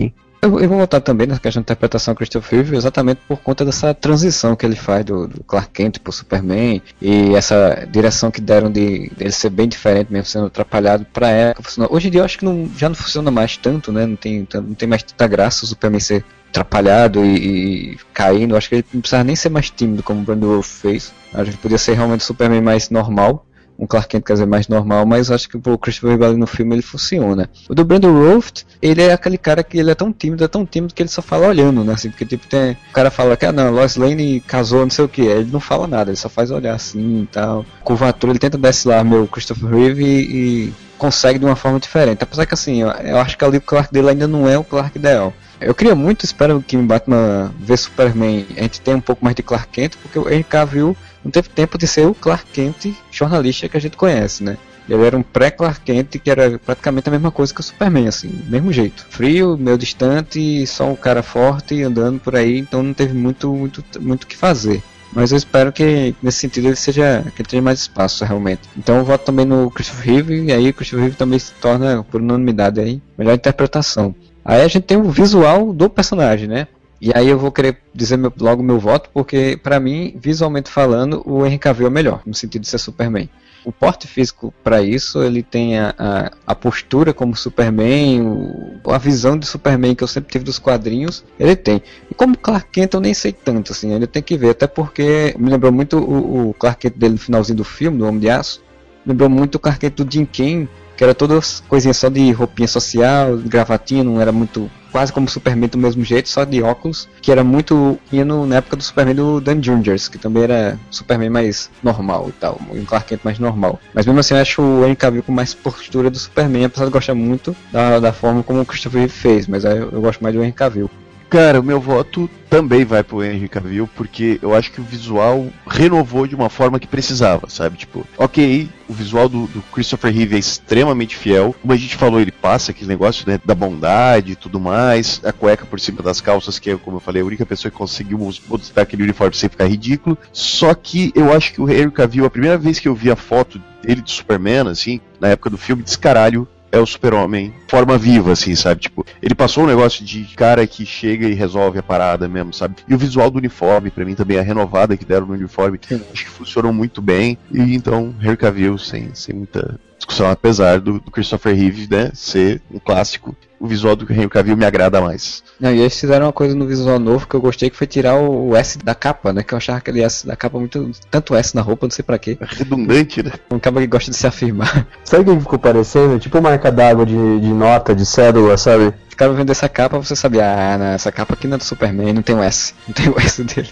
C: Eu, eu vou voltar também na questão da interpretação do Christopher Reeve exatamente por conta dessa transição que ele faz do, do Clark Kent pro Superman e essa direção que deram de ele ser bem diferente, mesmo sendo atrapalhado pra época. Hoje em dia eu acho que não, já não funciona mais tanto, né? Não tem, não tem mais tanta graça o Superman ser atrapalhado e, e caindo. Eu acho que ele não precisava nem ser mais tímido como o Brandon Routh fez. A gente podia ser realmente o Superman mais normal. Um Clark Kent, quer dizer, mais normal, mas acho que o Christopher Reeve ali no filme ele funciona. O do Brandon Routh, ele é aquele cara que ele é tão tímido, é tão tímido que ele só fala olhando, né, assim, porque tipo, tem, o cara fala que, ah não, Lois Lane casou, não sei o que, ele não fala nada, ele só faz olhar assim e tal. Curvatura, ele tenta destilar meu Christopher Reeve e, e consegue de uma forma diferente, apesar que assim, eu, eu acho que ali o Clark dele ainda não é o Clark ideal. Eu queria muito, espero que em Batman v Superman a gente tenha um pouco mais de Clark Kent, porque o Henry Cavill não teve tempo de ser o Clark Kent jornalista que a gente conhece, né? Ele era um pré-Clark Kent que era praticamente a mesma coisa que o Superman, assim, mesmo jeito. Frio, meio distante, só um cara forte andando por aí, então não teve muito muito muito o que fazer. Mas eu espero que nesse sentido ele seja, que ele tenha mais espaço realmente. Então eu voto também no Christopher Reeve, e aí o Christopher Reeve também se torna, por unanimidade aí, melhor interpretação. Aí a gente tem o visual do personagem, né? E aí eu vou querer dizer meu, logo meu voto, porque pra mim, visualmente falando, o Henry Cavill é melhor, no sentido de ser Superman. O porte físico para isso, ele tem a, a, a postura como Superman, o, a visão de Superman que eu sempre tive dos quadrinhos, ele tem. E como Clark Kent eu nem sei tanto, assim, ainda tem que ver, até porque me lembrou muito o, o Clark Kent dele no finalzinho do filme, do Homem de Aço, lembrou muito o Clark Kent do Jim Kane, que era todas coisinhas só de roupinha social, gravatinha, não era muito, quase como o Superman do mesmo jeito, só de óculos, que era muito hino na época do Superman do Dan Juniors, que também era Superman mais normal e tal, um Clark Kent mais normal. Mas mesmo assim eu acho o Henry Cavill com mais postura do Superman, apesar de gostar muito da, da forma como o Christopher Reeve fez, mas eu, eu gosto mais do Henry Cavill.
D: Cara, o meu voto também vai pro Henry Cavill, porque eu acho que o visual renovou de uma forma que precisava, sabe? Tipo, ok, o visual do, do Christopher Reeve é extremamente fiel. Como a gente falou, ele passa aquele negócio, né, da bondade e tudo mais, a cueca por cima das calças, que é, como eu falei, a única pessoa que conseguiu mostrar aquele uniforme sem ficar ridículo. Só que eu acho que o Henry Cavill, a primeira vez que eu vi a foto dele de Superman, assim, na época do filme, descaralho, é o Super-Homem, forma viva, assim, sabe? Tipo, ele passou um negócio de cara que chega e resolve a parada mesmo, sabe? E o visual do uniforme, pra mim, também, a renovada que deram no uniforme, acho que funcionou muito bem. E então, Henry Cavill, sem, sem muita discussão, apesar do, do Christopher Reeve, né, ser um clássico, o visual do Henry Cavill me agrada mais.
C: Não, e eles fizeram uma coisa no visual novo que eu gostei, que foi tirar o, o S da capa, né? Que eu achava aquele S da capa muito... Tanto S na roupa, não sei pra quê.
D: Redundante, né?
C: Um capa que gosta de se afirmar.
F: Sabe o que ficou parecendo? Tipo marca d'água de, de nota, de cédula, sabe?
C: O cara vendo essa capa, você sabia, ah, não, essa capa aqui não é do Superman, não tem o S. Não tem o S dele.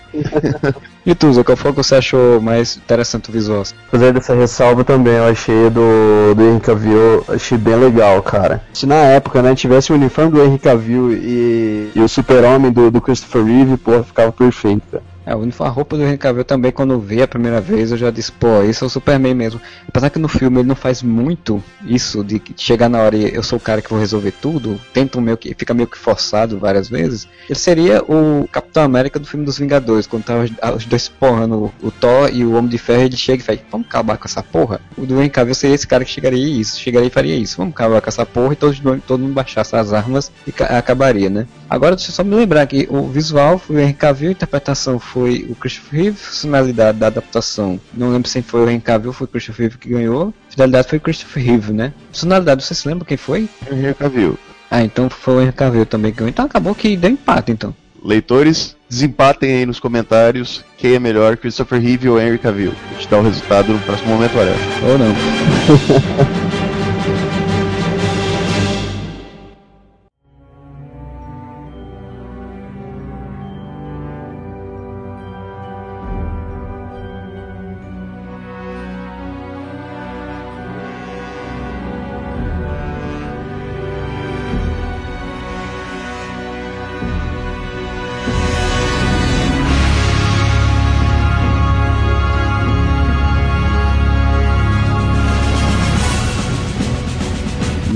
C: E tu, Zé, qual foi o que você achou mais interessante o visual?
F: Apesar dessa ressalva também, eu achei do, do Henry Cavill, achei bem legal, cara. Se na época, né, tivesse o uniforme do Henry Cavill e, e o Super-Homem do, do Christopher Reeve, pô, ficava perfeito, cara.
C: É, a roupa do Henry Cavill também, quando eu vi a primeira vez, eu já disse, pô, isso é o Superman mesmo. Apesar que no filme ele não faz muito isso, de chegar na hora e eu sou o cara que vou resolver tudo, tenta meio que, fica meio que forçado várias vezes. Ele seria o Capitão América do filme dos Vingadores, quando tava os dois porrando, o Thor e o Homem de Ferro, ele chega e faz, vamos acabar com essa porra? O do Henry Cavill seria esse cara que chegaria isso, chegaria e faria isso, vamos acabar com essa porra, e todos, todo mundo baixasse as armas e acabaria, né? Agora deixa eu só me lembrar que o visual foi o Henry Cavill, a interpretação foi o Christopher Reeve, funcionalidade da adaptação, não lembro se foi o Henry Cavill ou foi o Christopher Reeve que ganhou, fidelidade foi o Christopher Reeve, né? Funcionalidade, você se lembra quem foi?
D: Henry Cavill.
C: Ah, então foi o Henry Cavill também que ganhou, então acabou que deu empate então.
D: Leitores, desempatem aí nos comentários quem é melhor, Christopher Reeve ou Henry Cavill. A gente dá o resultado no próximo momento, whatever.
C: Ou não.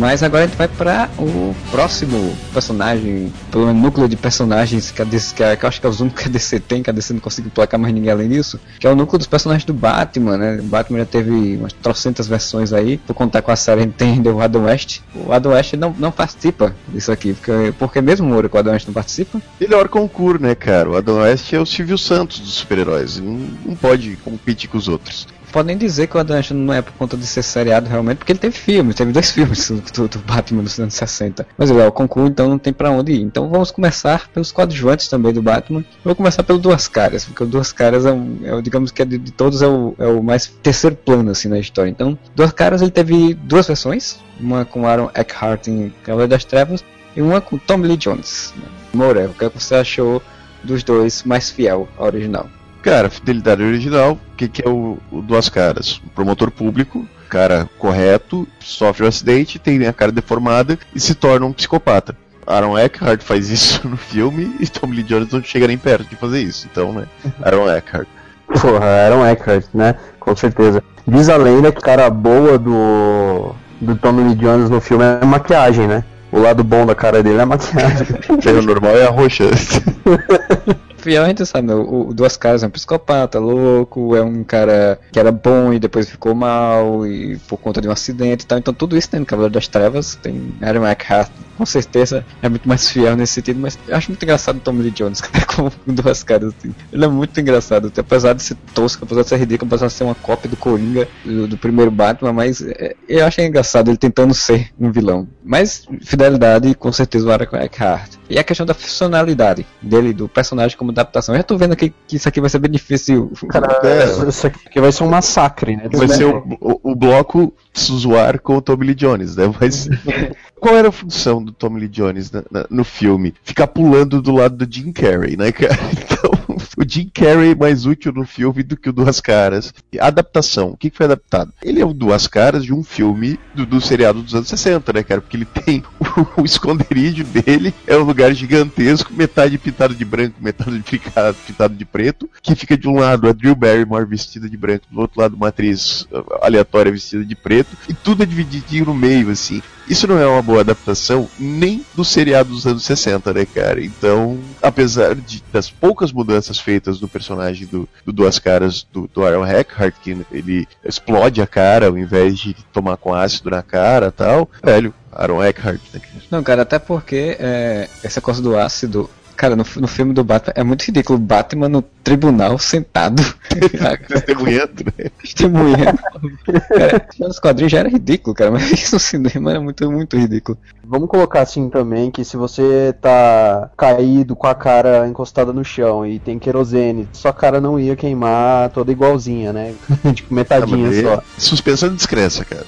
C: Mas agora a gente vai para o próximo personagem, pelo menos núcleo de personagens que, a D C, que, a, que eu acho que é os únicos que a D C tem, que a D C não conseguiu placar mais ninguém além disso, que é o núcleo dos personagens do Batman, né? O Batman já teve umas trocentas versões aí, por contar com a série a gente tem ainda o Adam West. O Adam West não, não participa disso aqui, porque, porque mesmo o Adam West não participa.
D: Ele é o concurso, né, cara? O Adam West é o Silvio Santos dos super-heróis, não, não pode competir com os outros.
C: Podem dizer que o Adam West não é por conta de ser seriado realmente, porque ele teve filmes, teve dois filmes do, do Batman nos anos sessenta. Mas ele é o concurso, então não tem pra onde ir. Então vamos começar pelos coadjuvantes também do Batman. Eu vou começar pelo Duas Caras, porque o Duas Caras é, um, é digamos que é de, de todos é o, é o mais terceiro plano assim na história. Então, Duas Caras ele teve duas versões, uma com Aaron Eckhart em Cavaleiro das Trevas e uma com Tommy Lee Jones. Moura, o que você achou dos dois mais fiel ao original?
D: Cara, fidelidade original, o que, que é o, o Duas Caras? Um promotor público, cara correto, sofre um acidente, tem a cara deformada e se torna um psicopata. Aaron Eckhart faz isso no filme e Tommy Lee Jones não chega nem perto de fazer isso, então, né, Aaron Eckhart.
F: Porra, Aaron Eckhart, né, com certeza. Diz a lenda que a cara boa do, do Tommy Lee Jones no filme é a maquiagem, né? O lado bom da cara dele é a maquiagem.
D: O normal é a roxa.
C: Fiel, a gente sabe, o, o Duas Caras é um psicopata, louco, é um cara que era bom e depois ficou mal e por conta de um acidente e tal. Então tudo isso tem no Cavaleiro das Trevas, tem Aaron Eckhart, com certeza é muito mais fiel nesse sentido, mas eu acho muito engraçado o Tommy Lee Jones, cara, com Duas Caras, assim. Ele é muito engraçado, apesar de ser tosco, apesar de ser ridículo, apesar de ser uma cópia do Coringa, do, do primeiro Batman, mas é, eu acho engraçado ele tentando ser um vilão. Mas fidelidade, com certeza, o Aaron Eckhart. E a questão da funcionalidade dele, do personagem como adaptação. Eu já tô vendo aqui que isso aqui vai ser bem difícil.
F: Cara, é, isso aqui vai ser um massacre, né?
D: Vai ser o, o, o bloco zoar com o Tommy Lee Jones, né? Mas qual era a função do Tommy Lee Jones na, na, no filme? Ficar pulando do lado do Jim Carrey, né, cara? Então, o Jim Carrey é mais útil no filme do que o Duas Caras. A adaptação, o que foi adaptado? Ele é o Duas Caras de um filme do, do seriado dos anos sessenta, né, cara? Porque ele tem o, o esconderijo dele, é um lugar gigantesco, metade pintado de branco, metade pintado, pintado de preto, que fica de um lado a Drew Barrymore vestida de branco, do outro lado uma atriz aleatória vestida de preto, e tudo é divididinho no meio, assim. Isso não é uma boa adaptação nem do seriado dos anos sessenta, né, cara? Então, apesar de, das poucas mudanças feitas no personagem do, do Duas Caras do, do Aaron Eckhart, que ele explode a cara ao invés de tomar com ácido na cara e tal, velho, Aaron Eckhart, né?
C: Não, cara, até porque é, essa coisa do ácido, cara, no, no filme do Batman é muito ridículo. O Batman no tribunal sentado.
D: Testemunhando, né?
C: Testemunhando. Cara, nos quadrinhos já era ridículo, cara, mas isso no cinema era muito, muito ridículo.
F: Vamos colocar assim também que se você tá caído com a cara encostada no chão e tem querosene, sua cara não ia queimar toda igualzinha, né? Tipo, metadinha ah, só.
D: Suspensão de descrença, cara.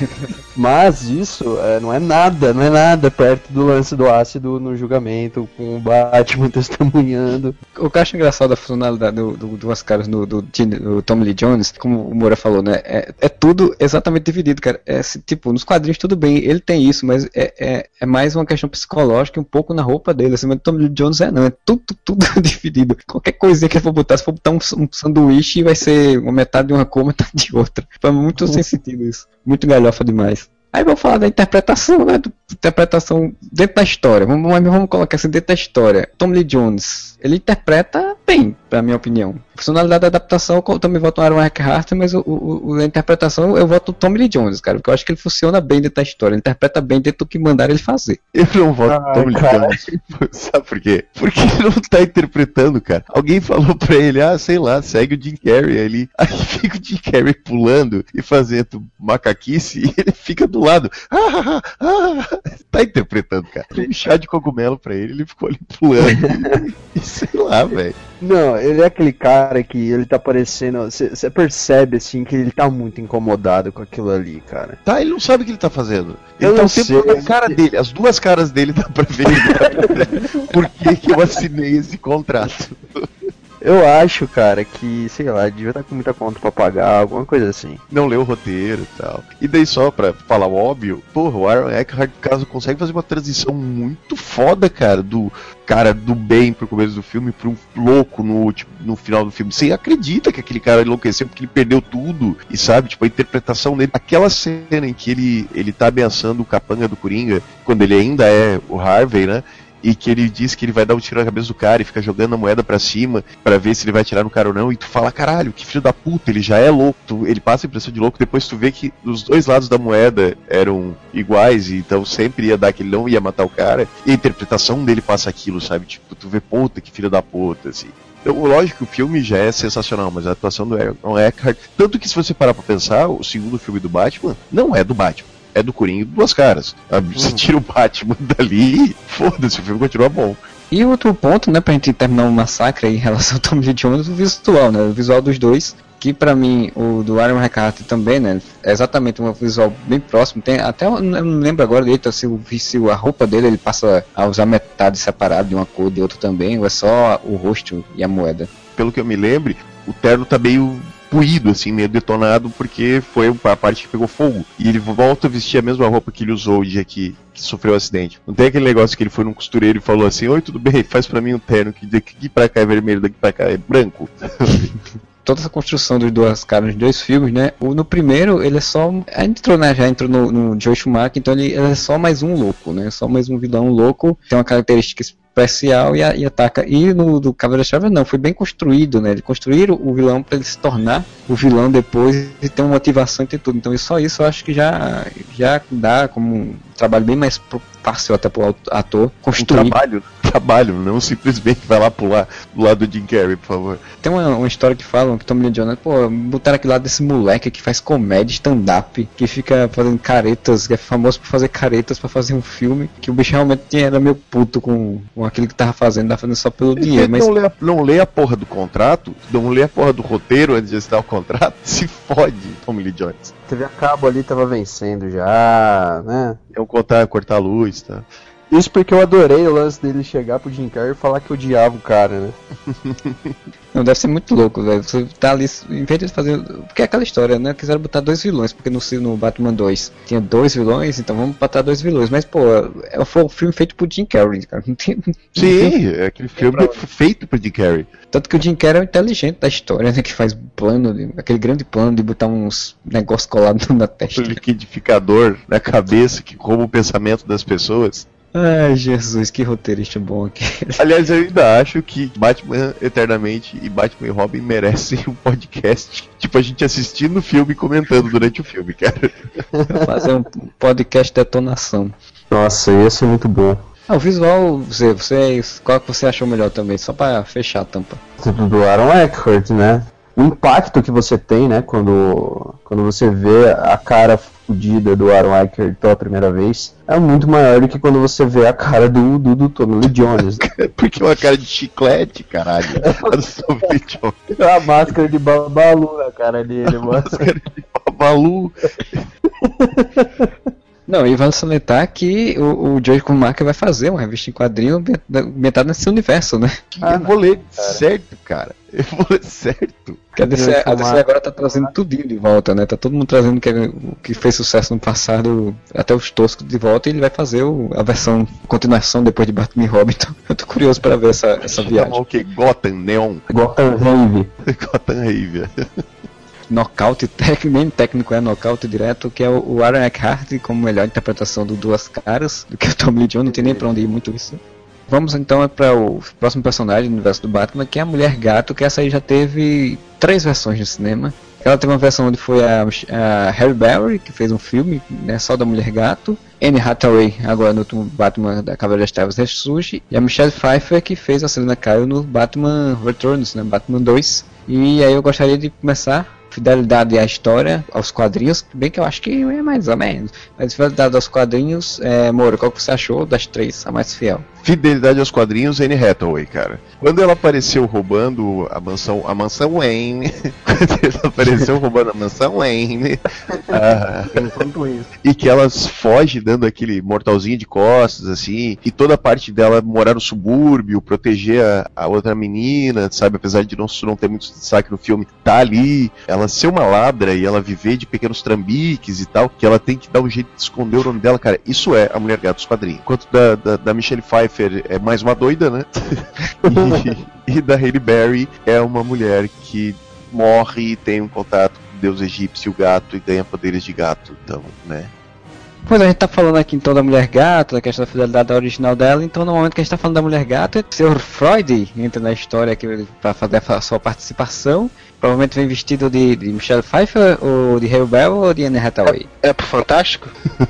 F: Mas isso é, não é nada, não é nada perto do lance do ácido no julgamento, com o Batman testemunhando.
C: O que eu acho engraçado da funcionalidade do, do, Duas Caras do, do, do Tommy Lee Jones, como o Moura falou, né? É, é tudo exatamente dividido, cara. É, tipo, nos quadrinhos tudo bem, ele tem isso, mas é, é, é mais uma questão psicológica um pouco na roupa dele. Assim, mas o Tommy Lee Jones é não, é tudo, tudo dividido. Qualquer coisinha que ele for botar, se for botar um, um sanduíche, vai ser uma metade de uma cor, metade de outra. É muito sem sentido isso. Muito galhofa demais. Aí vamos falar da interpretação, né? Da interpretação dentro da história. Vamos, vamos colocar assim, dentro da história. Tom Lee Jones, ele interpreta bem, pra minha opinião. A personalidade da adaptação, eu também voto no Aaron Eckhart, mas o, o, a interpretação eu voto no Tom Lee Jones, cara, porque eu acho que ele funciona bem dentro da história, ele interpreta bem dentro do que mandaram ele fazer.
D: Eu não voto no Tom Lee Jones. Sabe por quê? Porque ele não tá interpretando, cara. Alguém falou pra ele, ah, sei lá, segue o Jim Carrey ali. Aí fica o Jim Carrey pulando e fazendo macaquice e ele fica do lado. Ah, ah, ah. Tá interpretando, cara. Um chá de cogumelo pra ele, ele ficou ali pulando. E sei lá, velho.
F: Não, ele é aquele cara que ele tá parecendo. Você percebe assim que ele tá muito incomodado com aquilo ali, cara.
D: Tá, ele não sabe o que ele tá fazendo. Ele
F: eu
D: tá
F: não
D: o tempo
F: sei.
D: na cara dele, as duas caras dele dá pra ver. Ele tá... Por que que eu assinei esse contrato?
F: Eu acho, cara, que, sei lá, devia estar com muita conta pra pagar, alguma coisa assim.
D: Não leu o roteiro e tal. E daí só pra falar o óbvio, porra, o Aaron Eckhart, caso consegue fazer uma transição muito foda, cara, do cara do bem pro começo do filme pro louco no, tipo, no final do filme. Você acredita que aquele cara enlouqueceu porque ele perdeu tudo e sabe, tipo, a interpretação dele. Aquela cena em que ele, ele tá ameaçando o capanga do Coringa, quando ele ainda é o Harvey, né? E que ele diz que ele vai dar um tiro na cabeça do cara e fica jogando a moeda pra cima pra ver se ele vai atirar no cara ou não. E tu fala, caralho, que filho da puta, ele já é louco. Tu, ele passa a impressão de louco, depois tu vê que os dois lados da moeda eram iguais, e então sempre ia dar que ele não ia matar o cara. E a interpretação dele passa aquilo, sabe? Tipo, tu vê, puta, que filho da puta, assim. Então, lógico que o filme já é sensacional, mas a atuação do Aaron Eckhart... Tanto que se você parar pra pensar, o segundo filme do Batman não é do Batman. É do Coringa de duas caras. Você tira o Batman dali, foda-se, o filme continua bom.
C: E outro ponto, né, pra gente terminar o massacre aí em relação ao Tommy Lee Jones, o visual, né, o visual dos dois, que pra mim, o do Aaron Eckhart também, né, é exatamente um visual bem próximo, tem até, eu não lembro agora direito, se, se a roupa dele, ele passa a usar metade separada de uma cor de outra também, ou é só o rosto e a moeda.
D: Pelo que eu me lembre, o terno tá meio puído, assim, meio detonado, porque foi a parte que pegou fogo. E ele volta a vestir a mesma roupa que ele usou o dia que, que sofreu o acidente. Não tem aquele negócio que ele foi num costureiro e falou assim, oi, tudo bem, faz pra mim um terno que daqui pra cá é vermelho, daqui pra cá é branco.
C: Toda essa construção dos duas caras nos dois filmes, né? O, no primeiro, ele é só... A gente entrou, né? Já entrou no, no Joel Schumacher, então ele, ele é só mais um louco, né? Só mais um vilão louco. Tem uma característica especial e, a, e ataca. E no do Cavaleiro das Trevas, não. Foi bem construído, né? Eles construíram o vilão para ele se tornar o vilão depois e ter uma motivação e ter tudo. Então, só isso eu acho que já, já dá como um trabalho bem mais fácil até pro ator construir.
D: Um trabalho, trabalho, não simplesmente vai lá pular do lado do Jim Carrey, por favor.
C: Tem uma, uma história que falam que Tommy Lee Jones, pô, botaram aqui lado desse moleque que faz comédia, stand-up, que fica fazendo caretas, que é famoso por fazer caretas pra fazer um filme, que o bicho realmente era meio puto com, com aquilo que tava fazendo, tava fazendo só pelo dinheiro. Mas...
D: Não, lê a, não lê a porra do contrato, não lê a porra do roteiro antes de assinar o contrato, se fode, Tommy Lee Jones.
F: T V a cabo ali tava vencendo já, né?
D: Iam cortar, cortar a luz, tá?
F: Isso porque eu adorei o lance dele chegar pro Jim Carrey e falar que odiava o cara, né?
C: Não, deve ser muito louco, velho. Você tá ali, em vez de fazer... Porque é aquela história, né? Quiseram botar dois vilões, porque no, no Batman dois tinha dois vilões, então vamos botar dois vilões. Mas, pô, é, foi um filme feito pro Jim Carrey, cara. Não tem, não
D: Sim,
C: tem...
D: é aquele filme feito pro Jim Carrey.
C: Tanto que o Jim Carrey é o inteligente da história, né? Que faz plano, de, aquele grande plano de botar uns negócios colados na testa.
D: O liquidificador na cabeça que rouba o pensamento das pessoas.
C: Ai, Jesus, que roteirista bom aqui.
D: Aliás, eu ainda acho que Batman Eternamente e Batman e Robin merecem um podcast. Tipo, a gente assistindo o filme e comentando durante o filme, cara.
C: Fazer um podcast detonação.
F: Nossa, ia ser muito bom.
C: Ah, o visual, você, você, qual que você achou melhor também? Só pra fechar a tampa.
F: Do Aaron Eckhart, né? O impacto que você tem, né, quando, quando você vê a cara fodida do Aaron Eckhart pela primeira vez, é muito maior do que quando você vê a cara do, do, do Tommy Lee Jones.
D: Porque é uma cara de chiclete, caralho.
F: É a máscara de Babalu na cara dele, mano.
D: Máscara de Babalu.
C: Não, e vale salientar que o, o Joel Schumacher vai fazer uma revista em quadrinho metade nesse universo, né?
D: Ah, eu vou ler cara. certo, cara. Eu vou ler certo.
C: Que a D C, a D C agora tá trazendo tudinho de volta, né? Tá todo mundo trazendo que, o que fez sucesso no passado, até os toscos de volta, e ele vai fazer o, a versão, continuação depois de Batman e Robin. Então, eu tô curioso pra ver essa, essa viagem.
D: Chamar o que? Gotham Neon?
F: Gotham Rave.
D: Gotham Rave.
C: Nocaute técnico, nem técnico é nocaute direto, que é o, o Aaron Eckhart como melhor interpretação do Duas Caras, do que o Tommy Lee Jones, não tem nem pra onde ir muito isso. Vamos então para o próximo personagem do universo do Batman, que é a Mulher Gato, que essa aí já teve três versões no cinema. Ela teve uma versão onde foi a, a Halle Berry, que fez um filme, né, só da Mulher Gato. Anne Hathaway, agora no último Batman da Cavaleira das Trevas ressurge. E a Michelle Pfeiffer, que fez a Selina Kyle no Batman Returns, né, Batman dois. E aí eu gostaria de começar fidelidade à história, aos quadrinhos, bem que eu acho que é mais ou menos, mas fidelidade aos quadrinhos, é, Moro, qual que você achou das três, a mais fiel?
D: Fidelidade aos quadrinhos, Anne Hathaway, cara. Quando ela apareceu roubando a mansão, a mansão Wayne, quando ela apareceu roubando a mansão Wayne, ah, e que elas fogem dando aquele mortalzinho de costas, assim, e toda a parte dela morar no subúrbio, proteger a, a outra menina, sabe, apesar de não, não ter muito destaque no filme, tá ali, ela ser uma ladra e ela viver de pequenos trambiques e tal, que ela tem que dar um jeito de esconder o nome dela, cara, isso é a Mulher Gato dos quadrinhos. Enquanto da, da, da Michelle Pfeiffer é mais uma doida, né? e, e da Halle Berry é uma mulher que morre e tem um contato com o deus egípcio, o gato, e ganha poderes de gato, então, né?
C: Pois a gente tá falando aqui então da Mulher Gato, da questão da fidelidade original dela, então no momento que a gente tá falando da Mulher Gato, o senhor Freud entra na história aqui pra fazer a sua participação. Provavelmente vem vestido de, de Michelle Pfeiffer, ou de Halle Berry, ou de Anne Hathaway.
G: É, é pro Fantástico?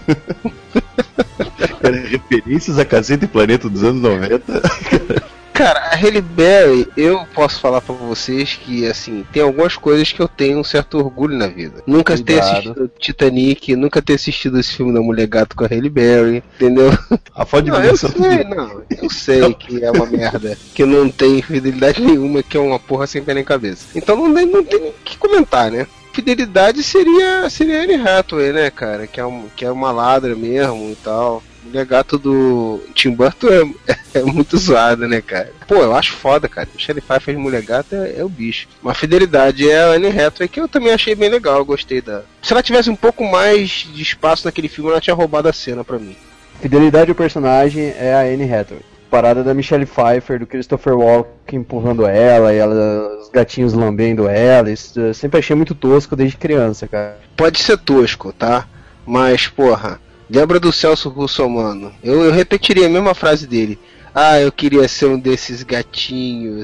D: Era referências a Cacete e Planeta dos anos noventa.
G: Cara, a Halle Berry, eu posso falar pra vocês que, assim, tem algumas coisas que eu tenho um certo orgulho na vida. Nunca
E: Cuidado.
G: ter assistido Titanic, nunca ter assistido esse filme da Mulher Gato com a Halle Berry, entendeu?
D: A foto de
G: Não, eu sei, não, eu sei que é uma merda, que não tem fidelidade nenhuma, que é uma porra sem pé nem cabeça. Então não tem, não tem o que comentar, né? Fidelidade seria, seria Anne Hathaway, né, cara? Que é, um, que é uma ladra mesmo e tal. Mulher Gato do Tim Burton é, é muito zoada, né, cara? Pô, eu acho foda, cara. Michelle Pfeiffer de Mulher Gato é, é o bicho. Uma fidelidade é a Anne Hathaway, que eu também achei bem legal, eu gostei da... Se ela tivesse um pouco mais de espaço naquele filme, ela tinha roubado a cena pra mim.
F: Fidelidade ao personagem é a Anne Hathaway. Parada da Michelle Pfeiffer, do Christopher Walken empurrando ela, e ela, os gatinhos lambendo ela, isso, eu sempre achei muito tosco desde criança, cara.
G: Pode ser tosco, tá? Mas, porra, lembra do Celso Russomano? Eu, eu repetiria a mesma frase dele. Ah, eu queria ser um desses gatinhos.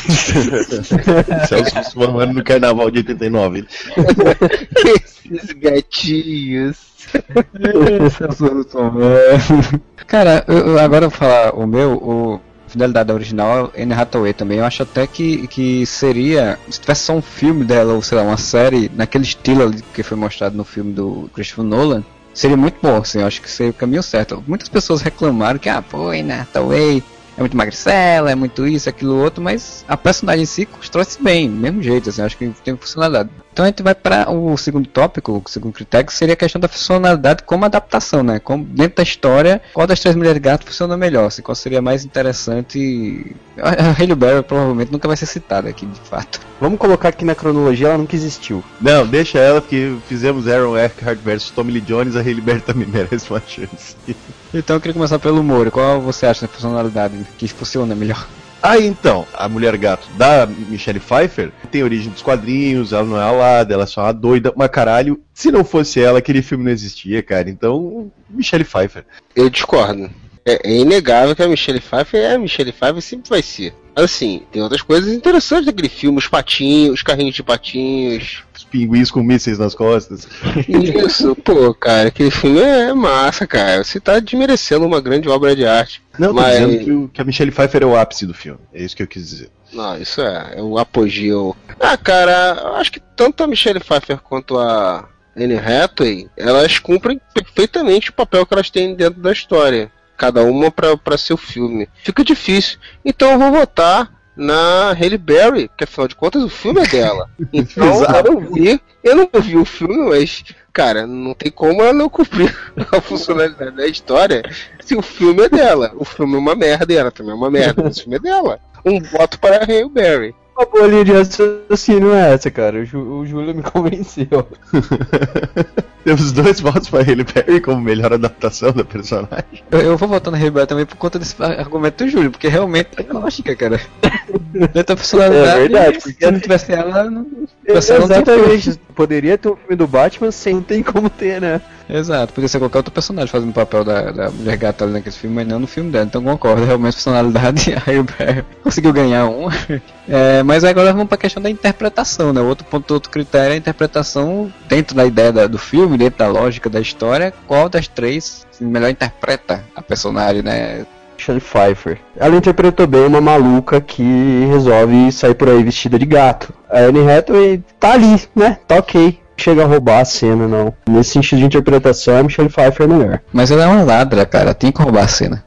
D: Celso Russomano no Carnaval de oitenta e nove.
G: Esses gatinhos.
C: Cara, eu, eu agora eu vou falar o meu, o Fidelidade original, Anne Hathaway também. Eu acho até que, que seria, se tivesse só um filme dela, ou sei lá, uma série naquele estilo ali que foi mostrado no filme do Christopher Nolan, seria muito bom, assim, eu acho que seria o caminho certo. Muitas pessoas reclamaram que, ah, pô, Anne Hathaway é muito magricela, é muito isso, aquilo, outro, mas a personagem em si constrói-se bem, do mesmo jeito, assim, acho que tem funcionalidade. Então a gente vai para o segundo tópico, o segundo critério, que seria a questão da funcionalidade como adaptação, né? Como dentro da história, qual das três Mulheres Gato funciona melhor, assim, qual seria mais interessante. A Halle Berry provavelmente nunca vai ser citada aqui, de fato.
F: Vamos colocar aqui na cronologia, ela nunca existiu.
D: Não, deixa ela, porque fizemos Aaron Eckhart versus Tommy Lee Jones, a Halle Berry também merece uma chance.
C: Então eu queria começar pelo Moro. Qual você acha da funcionalidade que funciona melhor?
D: Ah, então, a Mulher Gato da Michelle Pfeiffer tem origem dos quadrinhos, ela não é alada, ela é só uma doida, mas caralho, se não fosse ela, aquele filme não existia, cara, então, Michelle Pfeiffer.
G: Eu discordo. É, é inegável que a Michelle Pfeiffer é a Michelle Pfeiffer, sempre vai ser. Assim, tem outras coisas interessantes daquele filme, os patinhos, os carrinhos de patinhos.
D: Os pinguins com mísseis nas costas.
G: Isso, pô, cara, aquele filme é massa, cara. Você tá desmerecendo uma grande obra de arte.
D: Não,
G: mas...
D: tô dizendo que, o, que a Michelle Pfeiffer é o ápice do filme. É isso que eu quis dizer.
G: Não, isso é, é o apogeu. Ah, cara, eu acho que tanto a Michelle Pfeiffer quanto a Anne Hathaway, elas cumprem perfeitamente o papel que elas têm dentro da história. Cada uma pra, pra seu filme. Fica difícil. Então eu vou votar na Halle Berry, porque afinal de contas o filme é dela. Então eu não vi, eu não vi o filme, mas, cara, não tem como ela não cumprir a funcionalidade da história se o filme é dela. O filme é uma merda e ela também é uma merda. O filme é dela. Um voto para a Halle Berry.
F: Uma boa linha de raciocínio é essa, cara. O, Ju, o Júlio me convenceu.
D: Temos dois votos para Halle Berry como melhor adaptação da personagem.
C: Eu, eu vou votar na Halle Berry também por conta desse argumento do Júlio, porque realmente é lógica, cara. Dentro da personalidade,
F: é verdade, porque
C: se não tivesse ela, não,
F: tivesse ela, não exatamente. Poderia ter um filme do Batman sem não tem como ter, né?
C: Exato, podia ser qualquer outro personagem fazendo o papel da, da Mulher Gata ali naquele filme, mas não no filme dela, então concordo, realmente a personalidade, a Halle Berry conseguiu ganhar um. É, mas agora vamos para a questão da interpretação, né? Outro ponto, outro critério é a interpretação dentro da ideia da, do filme, dentro da lógica da história, qual das três melhor interpreta a personagem, né?
F: Michelle Pfeiffer. Ela interpretou bem uma maluca que resolve sair por aí vestida de gato. A Anne Hathaway tá ali, né? Tá ok. Chega a roubar a cena, não. Nesse sentido de interpretação, a Michelle Pfeiffer é melhor.
C: Mas ela é uma ladra, cara. Tem que roubar a cena.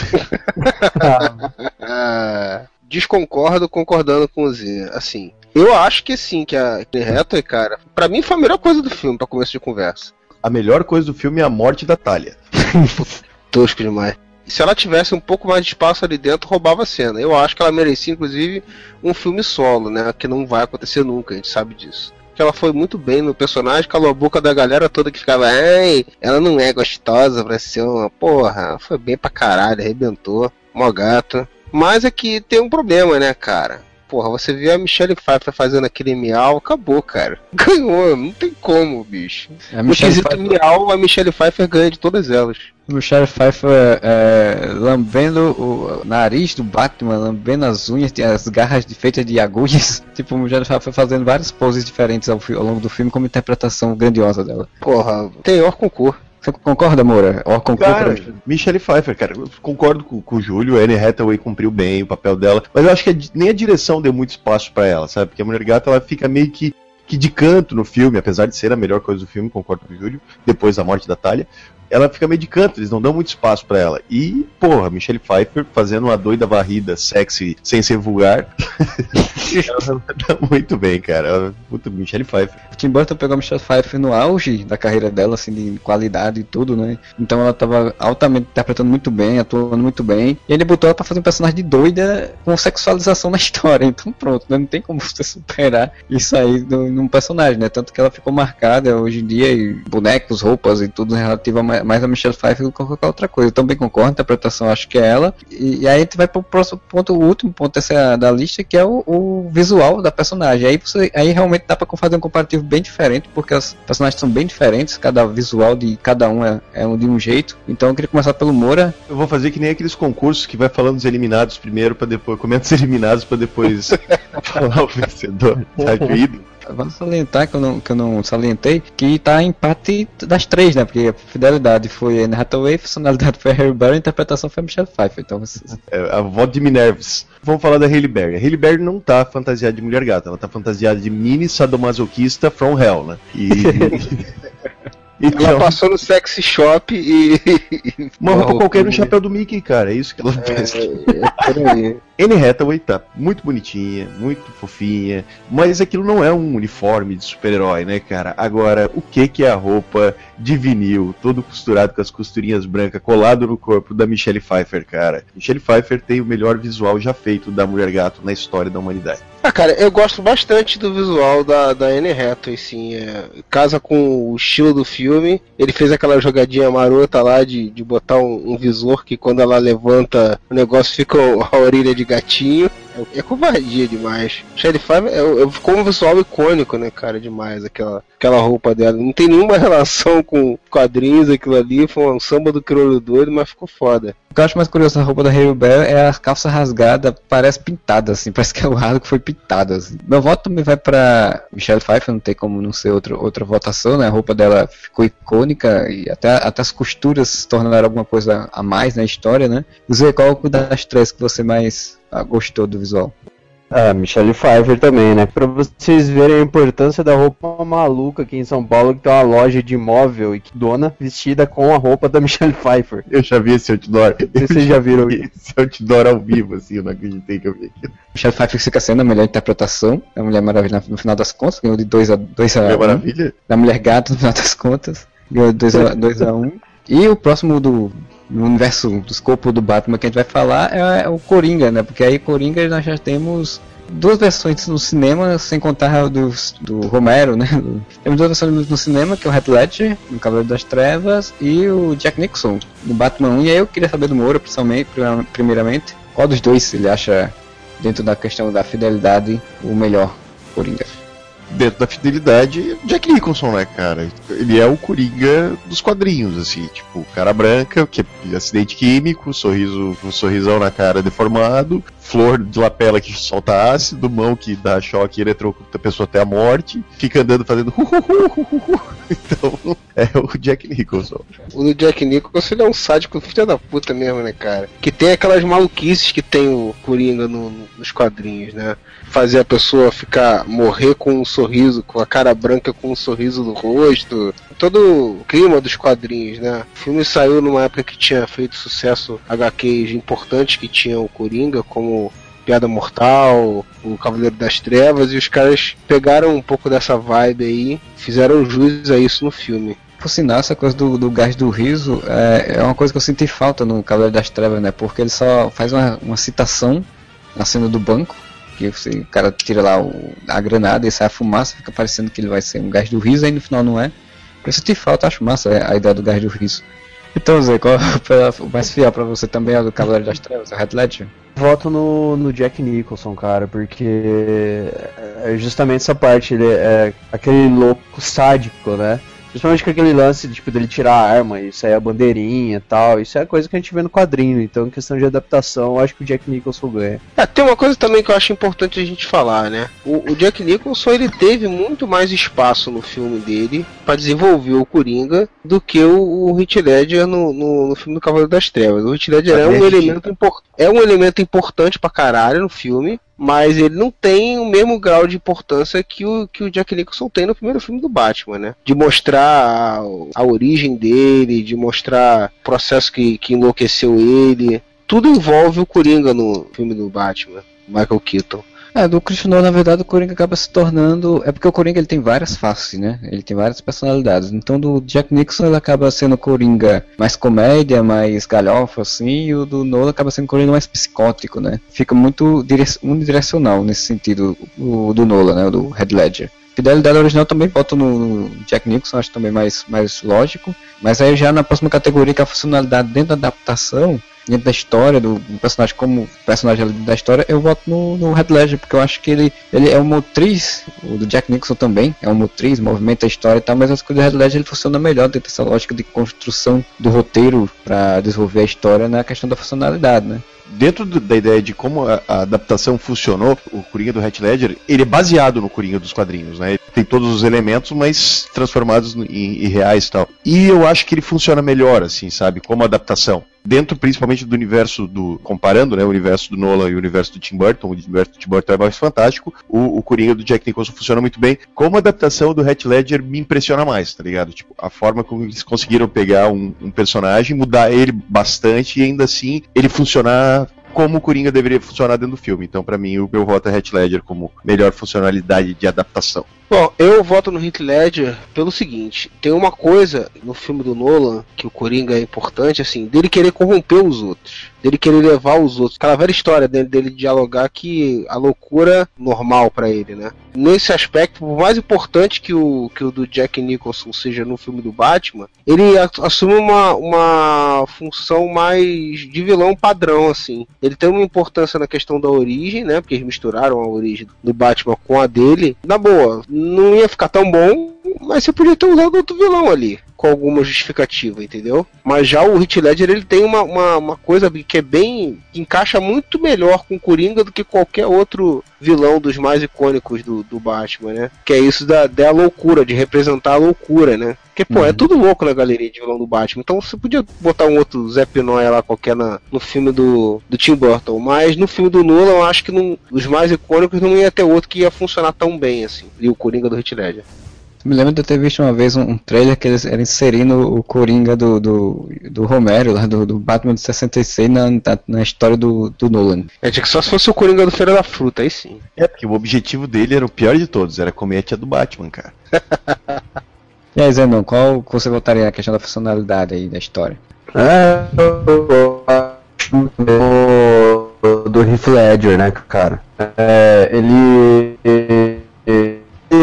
G: ah, desconcordo concordando com o Z. Assim, eu acho que sim, que a Anne Hathaway, cara, pra mim foi a melhor coisa do filme, pra começo de conversa.
D: A melhor coisa do filme é a morte da Talia.
G: Tosco demais. Se ela tivesse um pouco mais de espaço ali dentro, roubava a cena. Eu acho que ela merecia, inclusive, um filme solo, né? Que não vai acontecer nunca, a gente sabe disso. Que ela foi muito bem no personagem, calou a boca da galera toda que ficava, ai, ela não é gostosa pra ser uma porra. Foi bem pra caralho, arrebentou, mó gato. Mas é que tem um problema, né, cara? Porra, você vê a Michelle Pfeiffer fazendo aquele miau, acabou, cara. Ganhou, não tem como, bicho.
C: A
G: No
C: Michelle
G: quesito
C: Pfeiffer,
G: miau, a Michelle Pfeiffer ganha de todas elas.
C: Michelle Pfeiffer é, lambendo o nariz do Batman, lambendo as unhas, as garras de, feitas de agulhas. Tipo, Michelle Pfeiffer fazendo várias poses diferentes ao, ao longo do filme, como interpretação grandiosa dela.
G: Porra, tem or concurso.
C: Você concorda, Moura? Or concurso
D: Cara,
C: pra...
D: Michelle Pfeiffer, cara, eu concordo com, com o Júlio, a Anne Hathaway cumpriu bem o papel dela, mas eu acho que a, nem a direção deu muito espaço pra ela, sabe? Porque a Mulher Gato, ela fica meio que, que de canto no filme, apesar de ser a melhor coisa do filme, concordo com o Júlio, depois da morte da Talia. Ela fica meio de canto, eles não dão muito espaço pra ela. E, porra, Michelle Pfeiffer fazendo uma doida varrida sexy, sem ser vulgar. Ela tá muito bem, cara. Ela, puta, Michelle Pfeiffer.
C: Tim Burton pegou a Michelle Pfeiffer no auge da carreira dela, assim, de qualidade e tudo, né? Então ela tava altamente interpretando muito bem, atuando muito bem. E ele botou ela pra fazer um personagem de doida com sexualização na história. Então pronto, né? Não tem como você superar isso aí do, num personagem, né? Tanto que ela ficou marcada hoje em dia, e bonecos, roupas e tudo relativo a mais a Michelle Pfeiffer do que qualquer outra coisa. Eu também concordo, a interpretação acho que é ela. E, e aí a gente vai pro próximo ponto, o último ponto dessa, da lista, que é o, o visual da personagem. Aí, você, aí realmente dá pra fazer um comparativo bem diferente, porque as personagens são bem diferentes, cada visual de cada um é, é um de um jeito. Então eu queria começar pelo Moura.
D: Eu vou fazer que nem aqueles concursos que vai falando dos eliminados primeiro, para depois comenta os eliminados para depois falar o vencedor. Tá juído?
C: Vamos salientar, que eu, não, que eu não salientei, que tá empate das três, né? Porque a fidelidade foi Anne Hathaway, a personalidade foi Halle Berry, a interpretação foi Michelle Pfeiffer. Então, vocês...
D: é, a voz de Minerves. Vamos falar da Halle Berry. A Halle Berry não tá fantasiada de mulher gata, ela tá fantasiada de mini sadomasoquista from hell, né? E... Então,
G: ela passou no sexy shop e...
D: uma roupa qualquer no chapéu do Mickey, cara, é isso que ela fez.
G: É, é por aí.
D: Anne Hathaway tá muito bonitinha, muito fofinha, mas aquilo não é um uniforme de super-herói, né, cara? Agora, o que que é a roupa de vinil, todo costurado com as costurinhas brancas, colado no corpo da Michelle Pfeiffer, cara? Michelle Pfeiffer tem o melhor visual já feito da Mulher Gato na história da humanidade.
G: Ah, cara, eu gosto bastante do visual da, da Anne Hathaway, sim. É, casa com o estilo do filme. Ele fez aquela jogadinha marota lá de, de botar um, um visor que quando ela levanta o negócio fica a orelha de gatinho. É, é covardia demais. Michelle Pfeiffer é, é, ficou um visual icônico, né, cara? Demais aquela, aquela roupa dela. Não tem nenhuma relação com quadrinhos, aquilo ali. Foi um samba do crioulo doido, mas ficou foda.
C: O que eu acho mais curioso da roupa da Halle Berry é a calça rasgada, parece pintada, assim. Parece que é o rasgo que foi pintado, assim. Meu voto também vai pra Michelle Pfeiffer, não tem como não ser outra, outra votação, né? A roupa dela ficou icônica e até, até as costuras se tornaram alguma coisa a mais na história, né? Zé, qual das três que você mais ah, gostou do visual?
F: Ah, Michelle Pfeiffer também, né? Pra vocês verem a importância da roupa maluca aqui em São Paulo, que tem uma loja de imóvel e que dona vestida com a roupa da Michelle Pfeiffer.
D: Eu já vi esse outdoor.
F: Eu vocês já viram
D: esse outdoor ao vivo, assim, eu não acreditei que eu vi aquilo.
C: Michelle Pfeiffer fica sendo a melhor interpretação da Mulher Maravilha no final das contas, ganhou de dois a dois a
D: Mulher Maravilha?
C: Da Mulher Gato no final das contas, ganhou de dois a um. E o próximo do no universo do escopo do Batman que a gente vai falar é, é o Coringa, né? Porque aí Coringa nós já temos duas versões no cinema, sem contar do, do Romero, né? Temos duas versões no cinema, que é o Heath Ledger, no Cavaleiro das Trevas, e o Jack Nicholson, no Batman um. E aí eu queria saber do Moura, principalmente, primeiramente, qual dos dois ele acha, dentro da questão da fidelidade, o melhor Coringa?
D: Dentro da fidelidade, Jack Nicholson, né, cara? Ele é o Coringa dos quadrinhos, assim, tipo, cara branca, que é acidente químico, sorriso, um sorrisão na cara deformado, flor de lapela que solta ácido, mão que dá choque e eletrocuta a pessoa até a morte, fica andando fazendo então é o Jack Nicholson.
G: O Jack Nicholson ele é um sádico filho da puta mesmo, né, cara? Que tem aquelas maluquices que tem o Coringa no, no, nos quadrinhos, né? Fazer a pessoa ficar, morrer com um sorriso, com a cara branca com um sorriso no rosto. Todo o clima dos quadrinhos, né? O filme saiu numa época que tinha feito sucesso agá quês importantes que tinham o Coringa, como Piada Mortal, o Cavaleiro das Trevas, e os caras pegaram um pouco dessa vibe aí, fizeram jus a isso no filme.
C: Por sinal, essa coisa do, do gás do riso é, é uma coisa que eu senti falta no Cavaleiro das Trevas, né? Porque ele só faz uma, uma citação na cena do banco, que você, o cara tira lá o, a granada e sai a fumaça, fica parecendo que ele vai ser um gás do riso, aí no final não é. Eu senti falta, acho massa a ideia do gás do riso. Então, Zé, qual é o mais fiel pra você também é o do Cavaleiro das Trevas, o Heath Ledger?
F: Voto no, no Jack Nicholson, cara, porque é justamente essa parte, ele é aquele louco sádico, né? Principalmente com aquele lance tipo, dele tirar a arma e sair a bandeirinha e tal. Isso é coisa que a gente vê no quadrinho. Então, em questão de adaptação, eu acho que o Jack Nicholson ganha.
G: É, tem uma coisa também que eu acho importante a gente falar, né? O, o Jack Nicholson, ele teve muito mais espaço no filme dele para desenvolver o Coringa do que o, o Heath Ledger no, no, no filme do Cavaleiro das Trevas. O Heath Ledger é um, elemento impor- é um elemento importante pra caralho no filme, mas ele não tem o mesmo grau de importância que o, que o Jack Nicholson tem no primeiro filme do Batman, né? De mostrar a, a origem dele, de mostrar o processo que, que enlouqueceu ele. Tudo envolve o Coringa no filme do Batman, Michael Keaton.
C: É, do Christopher Nolan, na verdade, o Coringa acaba se tornando... É porque o Coringa ele tem várias faces, né? Ele tem várias personalidades. Então, do Jack Nicholson, ele acaba sendo o Coringa mais comédia, mais galhofa, assim. E o do Nolan acaba sendo o Coringa mais psicótico, né? Fica muito direc- unidirecional nesse sentido, o do Nolan, né? O do Heath Ledger. Fidelidade original também boto no Jack Nicholson, acho também mais, mais lógico. Mas aí já na próxima categoria, que é a funcionalidade dentro da adaptação, dentro da história, do, do personagem como personagem da história, eu voto no, no Heath Ledger, porque eu acho que ele, ele é um motriz, o do Jack Nicholson também, é um motriz, movimenta a história e tal, mas acho que o do Heath Ledger ele funciona melhor dentro dessa lógica de construção do roteiro para desenvolver a história na questão da funcionalidade, né?
D: Dentro do, da ideia de como a, a adaptação funcionou, o Coringa do Heath Ledger, ele é baseado no Coringa dos quadrinhos, né? Ele tem todos os elementos, mas transformados em, em reais e tal. E eu acho que ele funciona melhor, assim, sabe? Como adaptação. Dentro, principalmente, do universo do... Comparando, né? O universo do Nolan e o universo do Tim Burton. O universo do Tim Burton é mais fantástico. O, o Coringa do Jack Nicholson funciona muito bem. Como adaptação do Heath Ledger me impressiona mais, tá ligado? Tipo, a forma como eles conseguiram pegar um, um personagem, mudar ele bastante e ainda assim ele funcionar como o Coringa deveria funcionar dentro do filme. Então, pra mim, o meu voto é Heath Ledger como melhor funcionalidade de adaptação.
G: Bom, eu voto no Heath Ledger pelo seguinte, tem uma coisa no filme do Nolan que o Coringa é importante, assim, dele querer corromper os outros, dele querer levar os outros, aquela velha história dele, dele dialogar que a loucura normal pra ele, né? Nesse aspecto, por mais importante que o, que o do Jack Nicholson seja no filme do Batman, ele assume uma, uma função mais de vilão padrão, assim. Ele tem uma importância na questão da origem, né? Porque eles misturaram a origem do Batman com a dele. Na boa, não ia ficar tão bom, mas você podia ter usado outro vilão ali, com alguma justificativa, entendeu? Mas já o Heath Ledger, ele tem uma, uma, uma coisa que é bem... que encaixa muito melhor com o Coringa do que qualquer outro vilão dos mais icônicos do, do Batman, né? Que é isso da, da loucura, de representar a loucura, né? Porque, pô, uhum. é tudo louco na galeria de vilão do Batman. Então você podia botar um outro Zé Pinóia lá qualquer na, no filme do, do Tim Burton. Mas no filme do Nolan, eu acho que não, dos mais icônicos não ia ter outro que ia funcionar tão bem, assim. E o Coringa do Heath Ledger.
C: Me lembro de eu ter visto uma vez um, um trailer que eles eram inserindo o Coringa do, do, do Romero, lá do, do Batman de sessenta e seis, na, na, na história do, do Nolan.
G: É, tinha que só se fosse o Coringa do Feira da Fruta, aí sim.
D: É, porque o objetivo dele era o pior de todos, era comer a tia do Batman, cara.
C: E aí, Zenon, qual você votaria na questão da funcionalidade aí da história?
F: É, eu acho do, do Heath Ledger, né, cara? É, ele... ele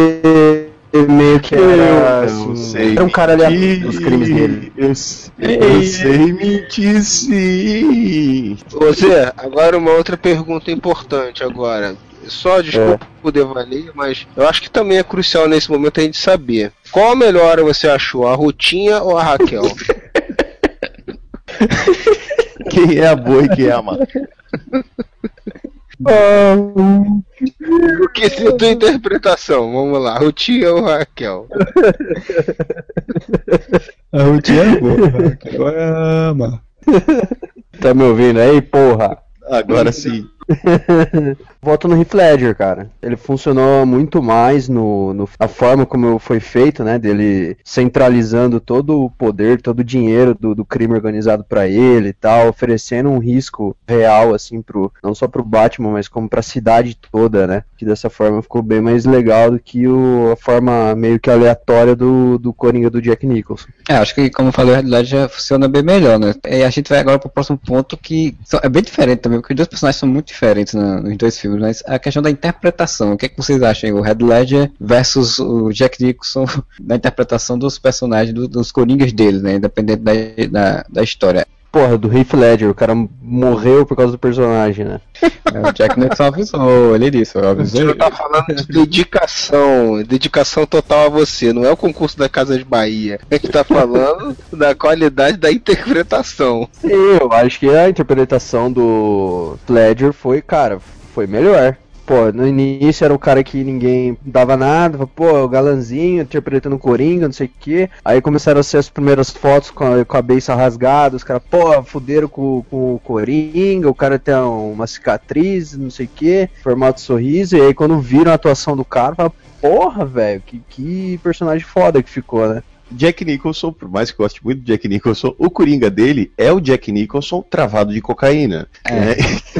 F: meio que era, assim,
D: sei
F: era um cara ali dos crimes dele.
D: Eu sei, eu sei mentir sim.
G: Você, agora uma outra pergunta importante agora. Só desculpa é. poder valer, mas eu acho que também é crucial nesse momento a gente saber. Qual a melhor você achou, a Rutinha ou a Raquel?
D: Quem é a boa e quem é a má?
G: O que é a tua interpretação? Vamos lá, Rutinha ou Raquel?
C: A Rutinha é boa, a Raquel ama.
F: Tá me ouvindo aí, porra?
D: Agora sim.
F: Voto no Heath Ledger, cara. Ele funcionou muito mais no, no a forma como foi feito, né? Dele centralizando todo o poder, todo o dinheiro do, do crime organizado pra ele e tal, oferecendo um risco real, assim, pro, não só pro Batman, mas como pra cidade toda, né? Que dessa forma ficou bem mais legal do que o, a forma meio que aleatória do, do Coringa do Jack Nicholson.
C: É, acho que, como eu falei, o Red Ledger funciona bem melhor, né? E a gente vai agora pro próximo ponto, que é bem diferente também, porque os dois personagens são muito diferentes no, nos dois filmes, mas a questão da interpretação, o que é que vocês acham aí? O Red Ledger versus o Jack Nicholson na interpretação dos personagens, do, dos coringas deles, né? Independente da, da, da história.
F: Porra, do Heath Ledger, o cara morreu por causa do personagem, né?
C: É, o Jack Nicholson avisou, ele disse, eu avisei.
G: Você tá falando de dedicação, dedicação total a você, não é o concurso da Casa de Bahia. A gente tá falando da qualidade da interpretação.
F: Sim, eu acho que a interpretação do Ledger foi, cara, foi melhor. Pô, no início era um cara que ninguém dava nada, pô, o galanzinho, interpretando Coringa, não sei o que. Aí começaram a ser as primeiras fotos com a, com a beiça rasgada, os caras, pô, fuderam com, com o Coringa, o cara tem uma cicatriz, não sei o que, formato de sorriso. E aí quando viram a atuação do cara, falaram, porra, velho, que, que personagem foda que ficou, né?
D: Jack Nicholson, por mais que eu goste muito do Jack Nicholson, o Coringa dele é o Jack Nicholson travado de cocaína.
C: É.
D: Né?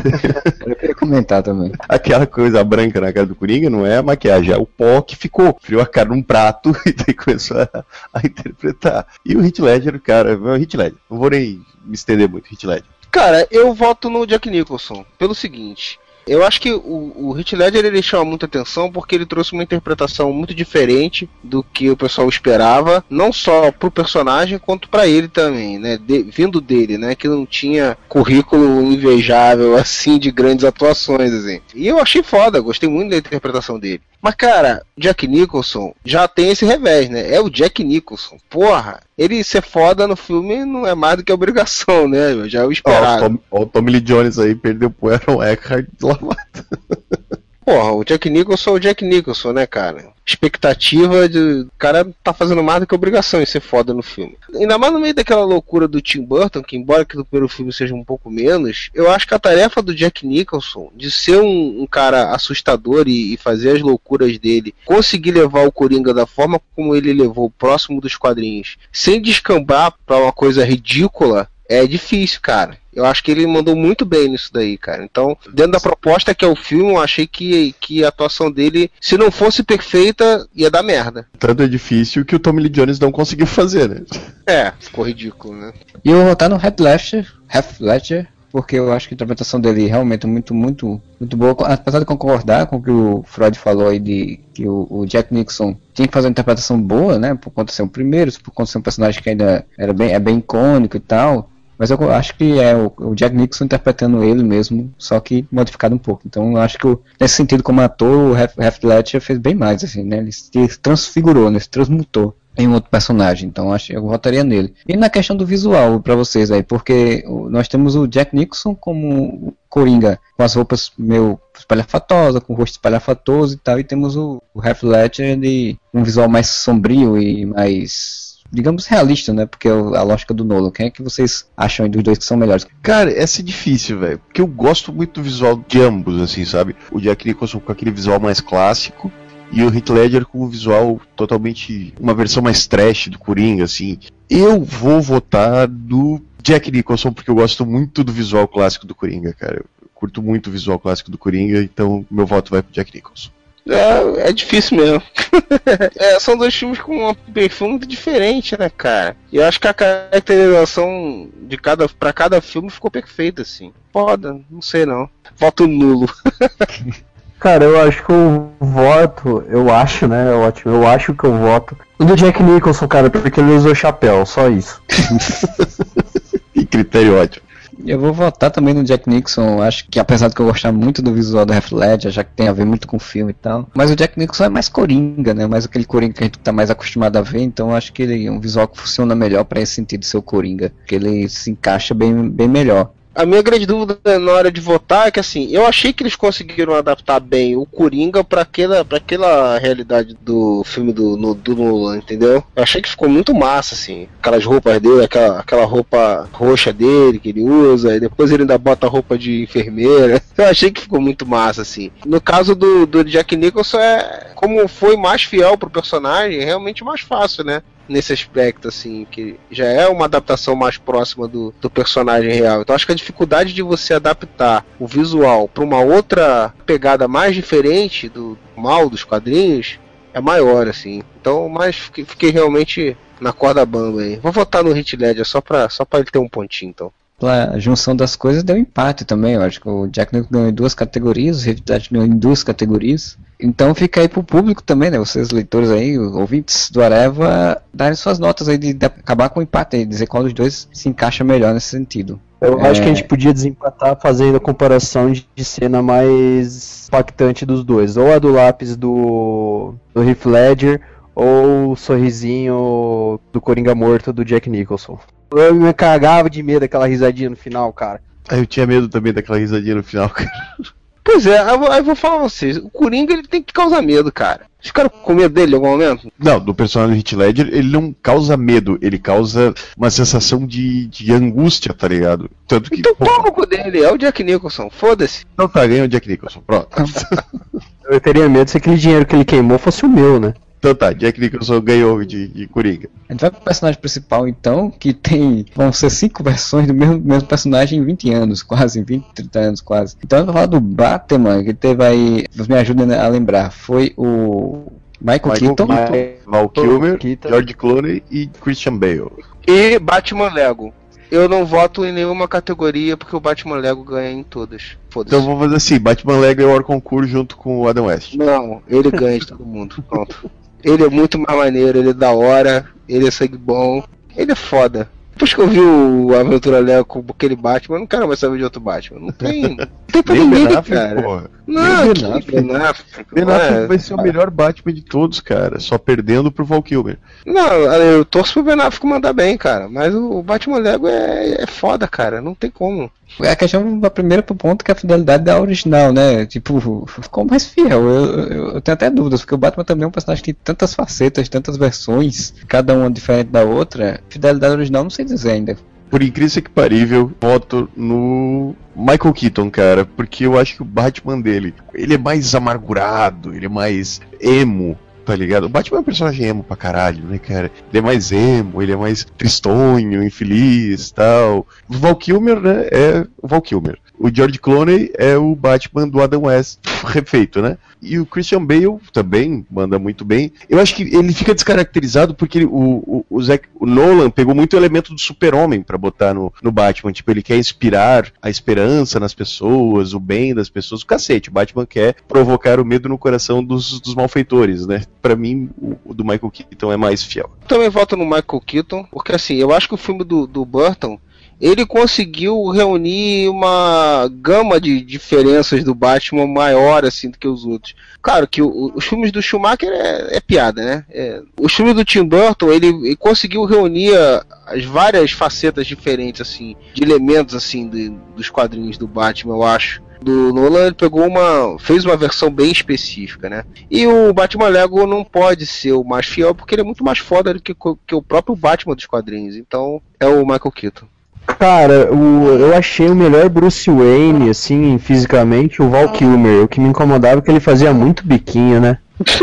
C: Eu queria comentar também.
D: Aquela coisa branca na cara do Coringa não é a maquiagem, é o pó que ficou. Friou a cara num prato e daí começou a, a interpretar. E o Heath Ledger, cara, o Heath Ledger, não vou nem me estender muito, Heath Ledger.
G: Cara, eu voto no Jack Nicholson, pelo seguinte... Eu acho que o, o Heath Ledger ele chama muita atenção porque ele trouxe uma interpretação muito diferente do que o pessoal esperava, não só pro personagem quanto pra ele também, né? De, vindo dele, né? Que não tinha currículo invejável assim de grandes atuações, assim. E eu achei foda, gostei muito da interpretação dele. Mas cara, Jack Nicholson já tem esse revés, né? É o Jack Nicholson. Porra, ele ser foda no filme não é mais do que obrigação, né? Já é o esperado.
D: Ó, o, Tom, ó, o Tommy Lee Jones aí perdeu pro Aaron Eckhart lavado.
G: Porra, o Jack Nicholson é o Jack Nicholson, né, cara? Expectativa de... O cara tá fazendo mais do que obrigação em ser foda no filme. Ainda mais no meio daquela loucura do Tim Burton, que embora que no primeiro filme seja um pouco menos, eu acho que a tarefa do Jack Nicholson, de ser um, um cara assustador e, e fazer as loucuras dele, conseguir levar o Coringa da forma como ele levou próximo dos quadrinhos, sem descambar pra uma coisa ridícula, é difícil, cara. Eu acho que ele mandou muito bem nisso daí, cara. Então, dentro da proposta que é o filme, eu achei que, que a atuação dele, se não fosse perfeita, ia dar merda.
D: Tanto é difícil que o Tommy Lee Jones não conseguiu fazer, né?
G: É, ficou ridículo, né?
C: E eu vou votar no Heath Ledger, Heath Ledger, porque eu acho que a interpretação dele realmente é muito, muito, muito boa. Apesar de concordar com o que o Freud falou aí de que o, o Jack Nicholson tinha que fazer uma interpretação boa, né? Por conta de ser o primeiro, por conta de ser um personagem que ainda era bem, é bem icônico e tal. Mas eu acho que é o, o Jack Nicholson interpretando ele mesmo, só que modificado um pouco. Então eu acho que eu, nesse sentido, como ator, o Heath Ledger fez bem mais, assim, né? Ele se transfigurou, né? Se transmutou em um outro personagem, então acho, eu votaria nele. E na questão do visual, pra vocês aí, porque nós temos o Jack Nicholson como Coringa, com as roupas meio espalhafatosas, com o rosto espalhafatoso e tal, e temos o, o Heath Ledger de um visual mais sombrio e mais, digamos, realista, né? Porque é a lógica do Nolan. Quem é que vocês acham aí dos dois que são melhores?
D: Cara, essa é difícil, velho. Porque eu gosto muito do visual de ambos, assim, sabe? O Jack Nicholson com aquele visual mais clássico e o Heath Ledger com um visual totalmente... uma versão mais trash do Coringa, assim. Eu vou votar do Jack Nicholson porque eu gosto muito do visual clássico do Coringa, cara. Eu curto muito o visual clássico do Coringa, então meu voto vai pro Jack Nicholson.
G: É, é difícil mesmo. É, são dois filmes com um perfil muito diferente, né, cara? E eu acho que a caracterização de cada, pra cada filme ficou perfeita, assim. Foda, não sei não. Voto nulo.
F: Cara, eu acho que eu voto, eu acho, né, é ótimo, eu acho que eu voto no do Jack Nicholson, cara, porque ele usou chapéu, só isso.
D: Que critério ótimo.
C: Eu vou votar também no Jack Nicholson. Acho que, apesar de que eu gostar muito do visual do Heath Ledger, já que tem a ver muito com o filme e tal, mas o Jack Nicholson é mais Coringa, né? Mais aquele Coringa que a gente tá mais acostumado a ver. Então acho que ele é um visual que funciona melhor pra esse sentido de ser o Coringa, que ele se encaixa bem, bem melhor.
G: A minha grande dúvida na hora de votar é que, assim, eu achei que eles conseguiram adaptar bem o Coringa pra aquela, pra aquela realidade do filme do, no, do Nolan, entendeu? Eu achei que ficou muito massa, assim. Aquelas roupas dele, aquela, aquela roupa roxa dele que ele usa, e depois ele ainda bota a roupa de enfermeira. Eu achei que ficou muito massa, assim. No caso do, do Jack Nicholson, é, como foi mais fiel pro personagem, é realmente mais fácil, né? Nesse aspecto, assim, que já é uma adaptação mais próxima do, do personagem real. Então acho que a dificuldade de você adaptar o visual para uma outra pegada mais diferente do mal dos quadrinhos é maior, assim. Então, mas fiquei, fiquei realmente na corda bamba aí. Vou votar no Heath Ledger só pra, só pra ele ter um pontinho, então.
C: A junção das coisas deu empate também. Eu acho que o Jack Nicholson ganhou em duas categorias, o Heath Ledger ganhou em duas categorias. Então fica aí pro público também, né? Vocês leitores aí, ouvintes do Areva, darem suas notas aí de, de acabar com o empate aí, dizer qual dos dois se encaixa melhor nesse sentido.
F: Eu
C: é...
F: acho que a gente podia desempatar fazendo a comparação de, de cena mais impactante dos dois. Ou a do lápis do, do Heath Ledger, ou o sorrisinho do Coringa morto do Jack Nicholson. Eu me cagava de medo daquela risadinha no final, cara.
D: Eu tinha medo também daquela risadinha no final, cara.
G: Pois é, aí eu, eu vou falar pra vocês, o Coringa ele tem que causar medo, cara. Vocês ficaram com medo dele em algum momento?
D: Não, do personagem do Heath Ledger, ele não causa medo, ele causa uma sensação de, de angústia, tá ligado? Tanto que,
G: então
D: pô,
G: toma o cu dele, é o Jack Nicholson, foda-se.
D: Não tá, ganha o Jack Nicholson, pronto.
F: Eu teria medo se aquele dinheiro que ele queimou fosse o meu, né?
D: Então tá, Jack Nicholson ganhou de, de Coringa.
C: A gente vai pro personagem principal então, que tem, vão ser cinco versões do mesmo, mesmo personagem em vinte anos, quase, vinte, trinta anos quase. Então eu vou falar do Batman, que teve aí, me ajudem a lembrar, foi o Michael, Michael Keaton,
D: Keaton Val Kilmer, Keaton. George Clooney e Christian Bale.
G: E Batman Lego. Eu não voto em nenhuma categoria porque o Batman Lego ganha em todas. Foda-se.
D: Então vamos fazer assim, Batman Lego é o Orconcourt junto com o Adam West.
G: Não, ele ganha de todo mundo, pronto. Ele é muito mais maneiro, ele é da hora, ele é sangue bom, ele é foda. Depois que eu vi o Aventura Lego com aquele Batman, eu não quero mais saber de outro Batman. Não tem. Não tem pra ninguém, cara. Porra. Não,
D: Ben Affleck. Ben Affleck, Ben Affleck vai ser o melhor Batman de todos, cara. Só perdendo pro Val Kilmer.
G: Não, eu torço pro Ben Affleck mandar bem, cara. Mas o Batman Lego é, é foda, cara. Não tem como.
C: A questão, a primeira ponto que é a fidelidade da original, né? Tipo, ficou mais fiel. Eu, eu, eu tenho até dúvidas, porque o Batman também é um personagem que tem tantas facetas, tantas versões, cada uma diferente da outra. Fidelidade original, não sei dizer ainda.
D: Por incrível que parível, voto no Michael Keaton, cara, porque eu acho que o Batman dele, ele é mais amargurado, ele é mais emo, tá ligado? O Batman é um personagem emo pra caralho, né, cara? Ele é mais emo, ele é mais tristonho, infeliz, tal. O Val Kilmer, né, é o Val Kilmer. O George Clooney é o Batman do Adam West refeito, né? E o Christian Bale também manda muito bem. Eu acho que ele fica descaracterizado porque ele, o, o, o, Zack, o Nolan pegou muito elemento do super-homem pra botar no, no Batman. Tipo, ele quer inspirar a esperança nas pessoas, o bem das pessoas. O cacete, o Batman quer provocar o medo no coração dos, dos malfeitores, né? Pra mim, o, o do Michael Keaton é mais fiel.
G: Eu também voto no Michael Keaton, porque assim, eu acho que o filme do, do Burton, ele conseguiu reunir uma gama de diferenças do Batman maior assim do que os outros. Claro que o, os filmes do Schumacher é, é piada, né? É, os filmes do Tim Burton, ele, ele conseguiu reunir as várias facetas diferentes assim, de elementos assim de, dos quadrinhos do Batman, eu acho. Do Nolan ele pegou uma, fez uma versão bem específica, né? E o Batman Lego não pode ser o mais fiel porque ele é muito mais foda do que, que o próprio Batman dos quadrinhos. Então é o Michael Keaton.
F: Cara, o, eu achei o melhor Bruce Wayne, assim, fisicamente, o Val Kilmer. O que me incomodava é que ele fazia muito biquinho, né?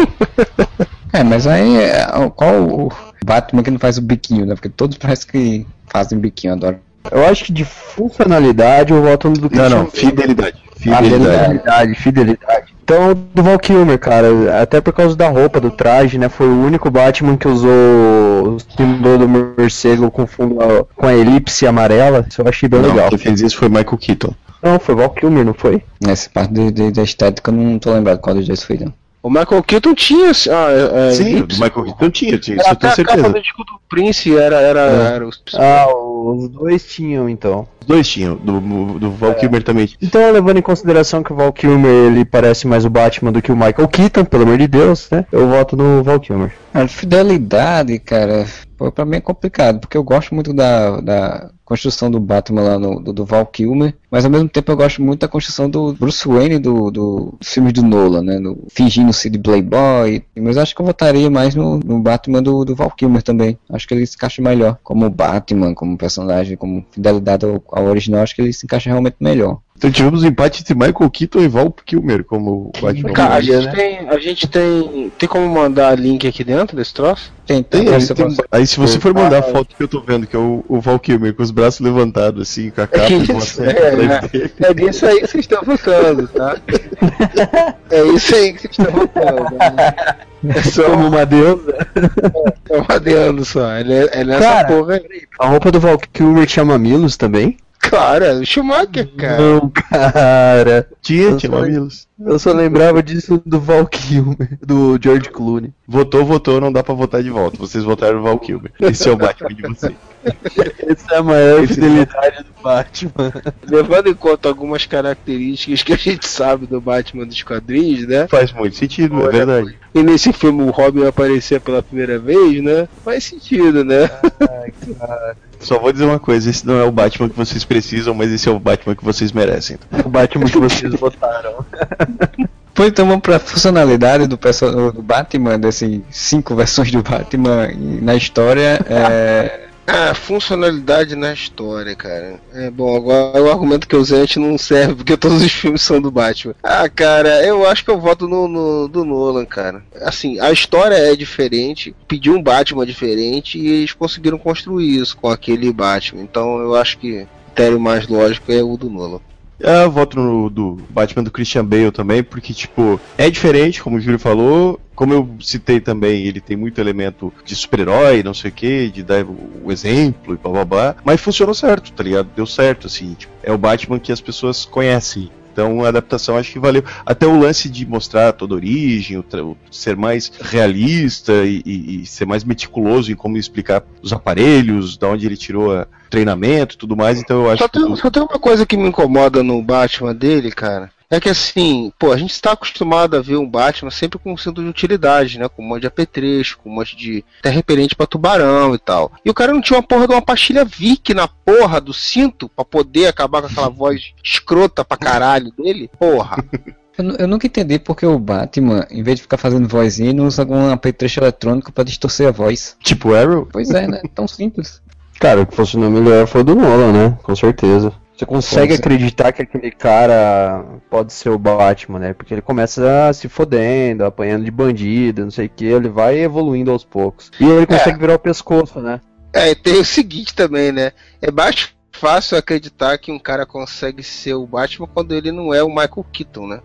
C: É, mas aí, qual o Batman que não faz o biquinho, né? Porque todos parecem que fazem biquinho, adoro.
F: Eu acho que de funcionalidade eu voto no do
D: Não, não, fidelidade.
F: Fidelidade. Fidelidade, fidelidade. Então, do Val Kilmer, cara, até por causa da roupa, do traje, né? Foi o único Batman que usou o símbolo do morcego com fundo com a elipse amarela. Isso eu achei bem
D: não,
F: legal.
D: Quem fez isso foi Michael Keaton.
F: Não, foi Val Kilmer, não foi?
C: Essa parte de, de, da estética eu não tô lembrado qual dos dois foi, não.
G: O Michael Keaton tinha. Ah, é,
D: Sim, o Michael Keaton tinha, tinha
G: era
D: isso eu
G: até
D: tenho
G: a
D: certeza.
G: capa do disco do Prince era. era,
F: é.
G: era os...
F: Ah, os dois tinham então.
D: Os dois tinham, do, do Val Kilmer também.
F: Então, levando em consideração que o Val Kilmer ele parece mais o Batman do que o Michael Keaton, pelo amor de Deus, né? Eu voto no Val Kilmer.
C: A fidelidade, cara. Pô, pra mim é complicado, porque eu gosto muito da, da construção do Batman lá no, do, do Val Kilmer, mas ao mesmo tempo eu gosto muito da construção do Bruce Wayne do, do, dos filmes do Nolan, né? Do, fingindo ser de playboy, mas acho que eu votaria mais no, no Batman do, do Val Kilmer também. Acho que ele se encaixa melhor como Batman, como personagem, como fidelidade ao, ao original, acho que ele se encaixa realmente melhor.
D: Então tivemos um empate entre Michael Keaton e Val Kilmer como Batman.
G: Cara, a gente, tem, a gente tem. Tem como mandar link aqui dentro desse troço?
C: Tem,
D: Tem,
C: tem.
D: aí,
C: Você
D: tem-
C: pode-
D: aí se você for mandar a foto que eu tô vendo, que é o, o Val Kilmer com os braços levantados, assim, com a capa
G: É
D: e uma
G: isso,
D: série
G: é,
D: atrás dele.
G: É disso aí que vocês estão votando, tá? É isso aí que vocês estão votando. Né? É só
F: Como uma deusa.
G: é um adendo só. Ele é, é nessa
F: Cara,
G: porra aí.
F: A roupa do Val Kilmer tinha mamilos também?
G: Claro, é o Schumacher, cara.
F: Não, cara.
D: Tinha,
F: Eu
D: tinha
F: só-
D: mamilos.
F: Eu só lembrava disso do Val Kilmer, do George Clooney.
D: Votou, votou, não dá pra votar de volta. Vocês votaram no Val Kilmer. Esse é o Batman de vocês.
F: Essa é a maior
D: Esse
F: fidelidade do Batman.
G: Levando em conta algumas características que a gente sabe do Batman dos quadrinhos, né?
D: Faz muito sentido, é verdade.
G: E nesse filme o Robin aparecer pela primeira vez, né? Faz sentido, né?
D: Só vou dizer uma coisa, esse não é o Batman que vocês precisam, mas esse é o Batman que vocês merecem.
F: O Batman que vocês votaram.
C: Pô, então vamos pra funcionalidade do, perso- do Batman, dessas cinco versões do Batman e- na história. É...
G: Ah, funcionalidade na história, cara. É bom, agora o argumento que eu usei antes não serve, porque todos os filmes são do Batman. Ah, cara, eu acho que eu voto no, no do Nolan, cara. Assim, a história é diferente, pediu um Batman diferente e eles conseguiram construir isso com aquele Batman. Então eu acho que o critério mais lógico é o do Nolan.
D: Eu voto no do Batman do Christian Bale também, porque, tipo, é diferente, como o Júlio falou. Como eu citei também, ele tem muito elemento de super-herói, não sei o que, de dar o exemplo e blá blá blá. Mas funcionou certo, tá ligado? Deu certo, assim. Tipo, é o Batman que as pessoas conhecem. Então a adaptação acho que valeu. Até o lance de mostrar toda a origem, o tra- o ser mais realista e, e- e ser mais meticuloso em como explicar os aparelhos, da onde ele tirou o treinamento e tudo mais. Então eu acho
G: Só
D: que.
G: tem, só tem uma coisa que me incomoda no Batman dele, cara. É que assim, pô, a gente está acostumado a ver um Batman sempre com um cinto de utilidade, né? Com um monte de apetrecho, com um monte de até repelente pra tubarão e tal. E o cara não tinha uma porra de uma pastilha Vic na porra do cinto pra poder acabar com aquela voz escrota pra caralho dele? Porra.
C: Eu, nu- eu nunca entendi porque o Batman, em vez de ficar fazendo vozinha, não usa algum apetrecho eletrônico pra distorcer a voz.
D: Tipo Arrow?
C: Pois é, né? Tão simples.
F: Cara, o que funcionou melhor foi o do Nolan, né? Com certeza. Você consegue
C: Com cer-
F: acreditar que aquele cara pode ser o Batman, né? Porque ele começa se fodendo, apanhando de bandido, não sei o que, ele vai evoluindo aos poucos. E ele consegue virar o pescoço, né?
G: É, e tem o seguinte também, né? É mais fácil acreditar que um cara consegue ser o Batman quando ele não é o Michael Keaton, né?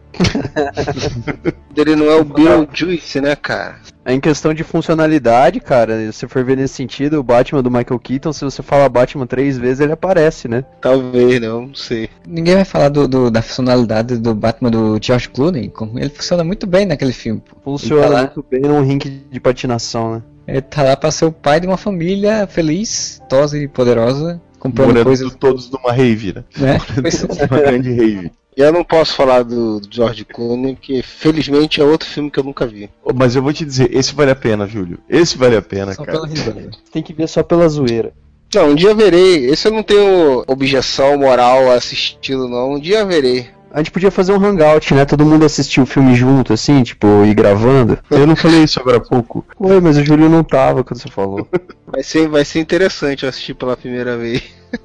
G: Quando ele não é o Beetlejuice, né, cara?
F: Em questão de funcionalidade, cara, se for ver nesse sentido, o Batman do Michael Keaton, se você falar Batman três vezes, ele aparece, né?
G: Talvez, não, não sei.
C: Ninguém vai falar do, do- da funcionalidade do Batman do George Clooney. como Ele funciona muito bem naquele filme. pô.
F: Funciona
C: Ele tá lá,
F: muito bem num rink de patinação, né?
C: ele tá lá pra ser o pai de uma família feliz, tosa e poderosa, comprando
D: Morando
C: coisas,
D: todos numa rave, né?
C: né? Pois é.
D: Uma grande rave.
G: E eu não posso falar do George Clooney, porque felizmente é outro filme que eu nunca vi.
D: Oh, mas eu vou te dizer, esse vale a pena, Júlio. Esse vale a pena,
C: Só
D: cara.
C: pela risada.
F: Tem que ver só pela zoeira.
G: Não, um dia verei. Esse eu não tenho objeção moral assistindo, não. Um dia verei.
F: A gente podia fazer um hangout, né? Todo mundo assistir o filme junto, assim, tipo, ir gravando.
D: Eu não falei isso agora há pouco.
F: Ué, mas o Júlio não tava quando você falou.
G: Vai ser, vai ser interessante eu assistir pela primeira vez.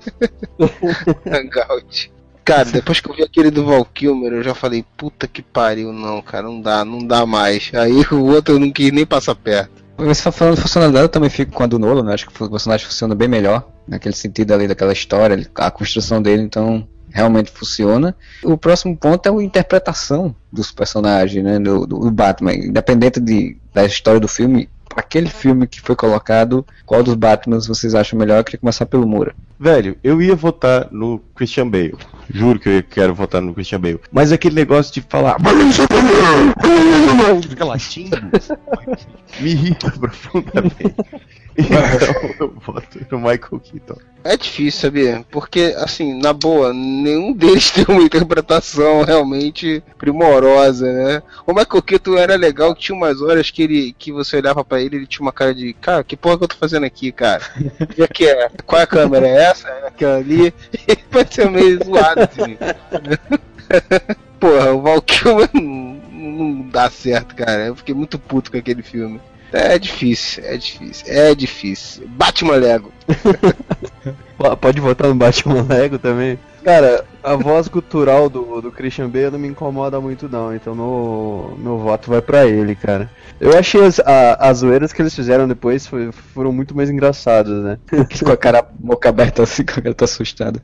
G: Hangout. Cara, depois que eu vi aquele do Val Kilmer, eu já falei, puta que pariu, não, cara, não dá, não dá mais. Aí o outro eu não quis nem passar perto.
C: Você tá falando de funcionalidade, eu também fico com a do Nolan, né? Acho que o personagem funciona bem melhor, naquele sentido ali daquela história, a construção dele, então realmente funciona. O próximo ponto é a interpretação dos personagens, né? Do, do Batman, independente de, da história do filme, aquele filme que foi colocado, qual dos Batmans vocês acham melhor? Eu queria começar pelo Moura.
D: Velho, eu ia votar no Christian Bale. Juro que eu quero votar no Christian Bale. Mas aquele negócio de falar. Fica latindo. Me irrita profundamente. Então eu voto no Michael Keaton.
G: É difícil, sabia? Porque, assim, na boa, nenhum deles tem uma interpretação realmente primorosa, né? O Michael Keaton era legal, tinha umas horas que ele que você olhava pra ele, ele tinha uma cara de, cara, que porra que eu tô fazendo aqui, cara? E aqui é, qual é a câmera? É essa? É aquela ali? Ele pode ser meio zoado, assim. Porra, o Val Kilmer não, não dá certo, cara. Eu fiquei muito puto com aquele filme. É difícil, é difícil, é difícil. Batman Lego.
F: Pode votar no Batman Lego também? Cara, a voz gutural do, do Christian Bale não me incomoda muito não, então meu, meu voto vai pra ele, cara. Eu achei as, a, as zoeiras que eles fizeram depois foi, foram muito mais engraçadas, né?
C: Com a cara, boca aberta assim, com a cara tá assustada.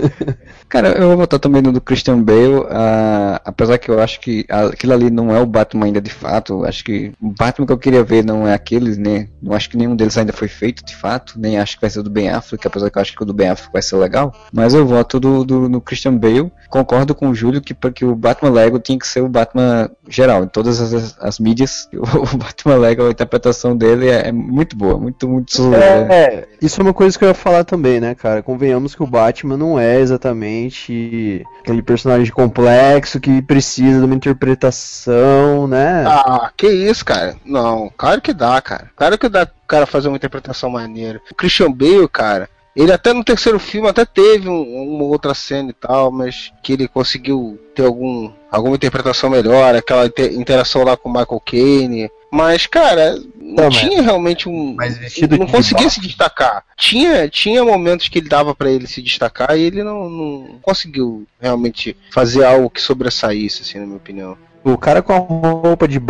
C: Cara, eu vou votar também no do Christian Bale, uh, apesar que eu acho que aquilo ali não é o Batman ainda de fato, acho que o Batman que eu queria ver não é aqueles, né? Não acho que nenhum deles ainda foi feito de fato, nem acho que vai ser o do Ben Affleck, apesar que eu acho que o do Ben Affleck vai ser legal, mas eu voto do, do, no Christian Bale. Concordo com o Júlio que, que o Batman Lego tinha que ser o Batman geral, em todas as, as mídias. O Batman Lego, a interpretação dele é, é muito boa, muito, muito...
F: É, é, isso é uma coisa que eu ia falar também, né, cara? Convenhamos que o Batman não é exatamente aquele personagem complexo que precisa de uma interpretação, né?
G: Ah, que isso, cara? Não, claro que dá, cara. Claro que dá o cara fazer uma interpretação maneira. O Christian Bale, cara, ele até no terceiro filme até teve um, uma outra cena e tal, mas que ele conseguiu ter algum, alguma interpretação melhor, aquela inter, interação lá com o Michael Caine. Mas, cara, não
F: Não,
G: tinha
F: mas,
G: realmente um...
F: mas vestido
G: não
F: de
G: conseguia
F: bar...
G: se destacar. Tinha, tinha momentos que ele dava pra ele se destacar e ele não, não conseguiu realmente fazer algo que sobressaísse, assim, na minha opinião.
F: O cara com a roupa de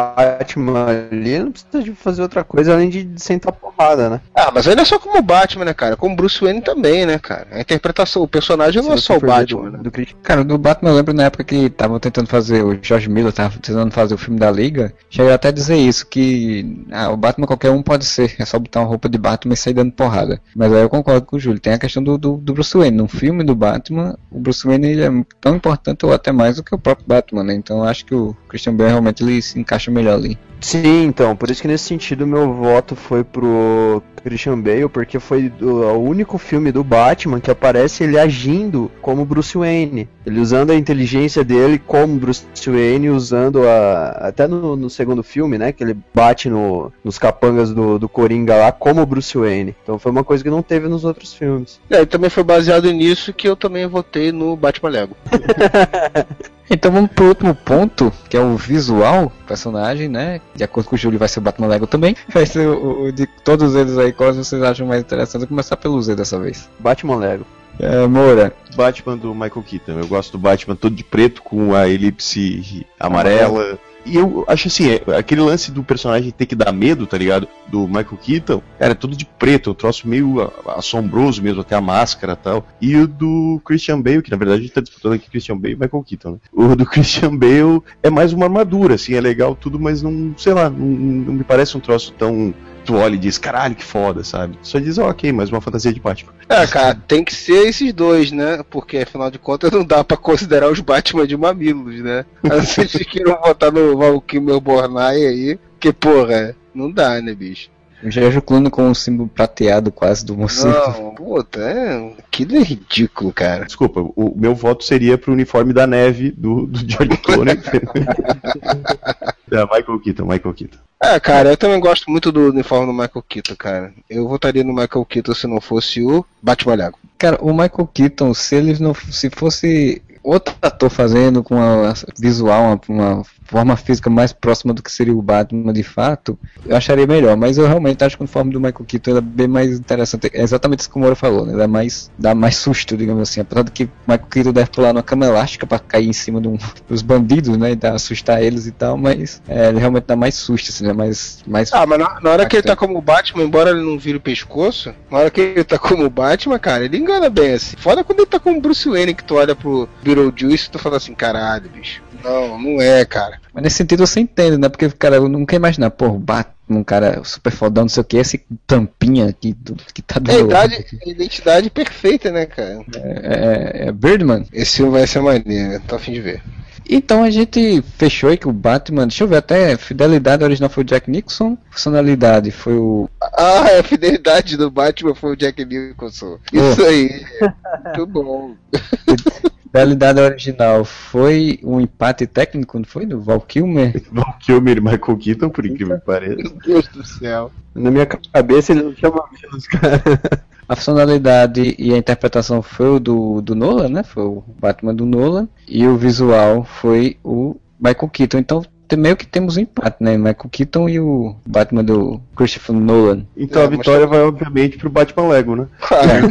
F: Batman ali não precisa de fazer outra coisa além de sentar porrada, né?
G: Ah, mas ainda é só como Batman, né, cara? Como Bruce Wayne também, né, cara? A interpretação, o personagem não é só o Batman,
F: do,
G: né?
F: do...
C: Cara, do Batman eu lembro na época que estavam tentando fazer, o George Miller tava tentando fazer o filme da Liga, chegou até a dizer isso, que ah, o Batman qualquer um pode ser, é só botar uma roupa de Batman e sair dando porrada. Mas aí eu concordo com o Júlio, tem a questão do, do, do Bruce Wayne. No filme do Batman, o Bruce Wayne ele é tão importante ou até mais do que o próprio Batman, né? Então eu acho que o Christian Bale realmente ele se encaixa melhor ali.
F: Sim, então, por isso que nesse sentido meu voto foi pro Christian Bale, porque foi do, o único filme do Batman que aparece ele agindo como Bruce Wayne. Ele usando a inteligência dele como Bruce Wayne, usando a... até no, no segundo filme, né, que ele bate no, nos capangas do, do Coringa lá como Bruce Wayne. Então foi uma coisa que não teve nos outros filmes.
G: É, e também foi baseado nisso que eu também votei no Batman Lego.
C: Então vamos pro último ponto, que é o visual do personagem, né? De acordo com o Júlio vai ser o Batman Lego também. Vai ser o, o de todos eles aí, quais vocês acham mais interessantes? Vou começar pelo Z dessa vez.
F: Batman Lego.
C: É, Moura.
D: Batman do Michael Keaton. Eu gosto do Batman todo de preto com a elipse amarela. E eu acho assim, é, aquele lance do personagem ter que dar medo, tá ligado? Do Michael Keaton, cara, é tudo de preto, um troço meio assombroso mesmo, até a máscara e tal. E o do Christian Bale, que na verdade a gente tá disputando aqui Christian Bale e Michael Keaton, né? O do Christian Bale é mais uma armadura, assim, é legal tudo, mas não, sei lá, não, não me parece um troço tão... Tu olha e diz, caralho, que foda, sabe? Só diz, ó, oh, ok, mais uma fantasia de Batman.
G: É, cara, tem que ser esses dois, né? Porque afinal de contas não dá pra considerar os Batman de mamilos, né? Vocês queiram botar no Val Kilmer Bornai aí, que porra, não dá, né, bicho?
C: O George Clooney com um símbolo prateado quase do mocinho.
G: Não, puta, é... aquilo é ridículo, cara.
D: Desculpa, o meu voto seria pro uniforme da neve do, do George Clooney. É, Michael Keaton, Michael Keaton.
G: É, cara, eu também gosto muito do uniforme do Michael Keaton, cara. Eu votaria no Michael Keaton se não fosse o Batman Lego.
C: Cara, o Michael Keaton, se ele não se fosse outro ator fazendo com uma visual, uma, uma forma física mais próxima do que seria o Batman de fato, eu acharia melhor, mas eu realmente acho que o uniforme do Michael Keaton é bem mais interessante, é exatamente isso que o Moura falou, né? Dá mais, dá mais susto, digamos assim, apesar de que o Michael Keaton deve pular numa cama elástica pra cair em cima de um, dos bandidos, né, e dar, assustar eles e tal, mas é, ele realmente dá mais susto, assim, né, mais, mais...
G: Ah, mas na, na hora que ele tá como Batman, embora ele não vire o pescoço, na hora que ele tá como Batman, cara, ele engana bem, assim. Foda quando ele tá como Bruce Wayne, que tu olha pro Beetlejuice e tu fala assim, caralho, bicho. Não, não é, cara.
C: Mas nesse sentido você entende, né? Porque, cara, eu não quero imaginar, pô, Batman, um cara super fodão, não sei o que, esse tampinha aqui que tá do
G: é a, idade, a identidade perfeita, né, cara?
C: É, é, é Birdman.
G: Esse filme vai ser maneiro, tô a fim de ver.
C: Então a gente fechou aí que o Batman, deixa eu ver, até fidelidade original foi o Jack Nicholson, funcionalidade foi o...
G: Ah, a fidelidade do Batman foi o Jack Nicholson. Isso oh. aí. Muito bom.
C: Fidelidade original foi um empate técnico, não foi? Do Val Kilmer?
D: Val Kilmer e Michael Keaton, por incrível que pareça.
G: Meu Deus do céu.
F: Na minha cabeça ele não chama menos, cara.
C: A funcionalidade e a interpretação foi o do, do Nolan, né? Foi o Batman do Nolan. E o visual foi o Michael Keaton. Então meio que temos um empate, né? Michael Keaton e o Batman do Christopher Nolan.
D: Então é, a vitória vai obviamente pro Batman Lego, né?
G: Claro.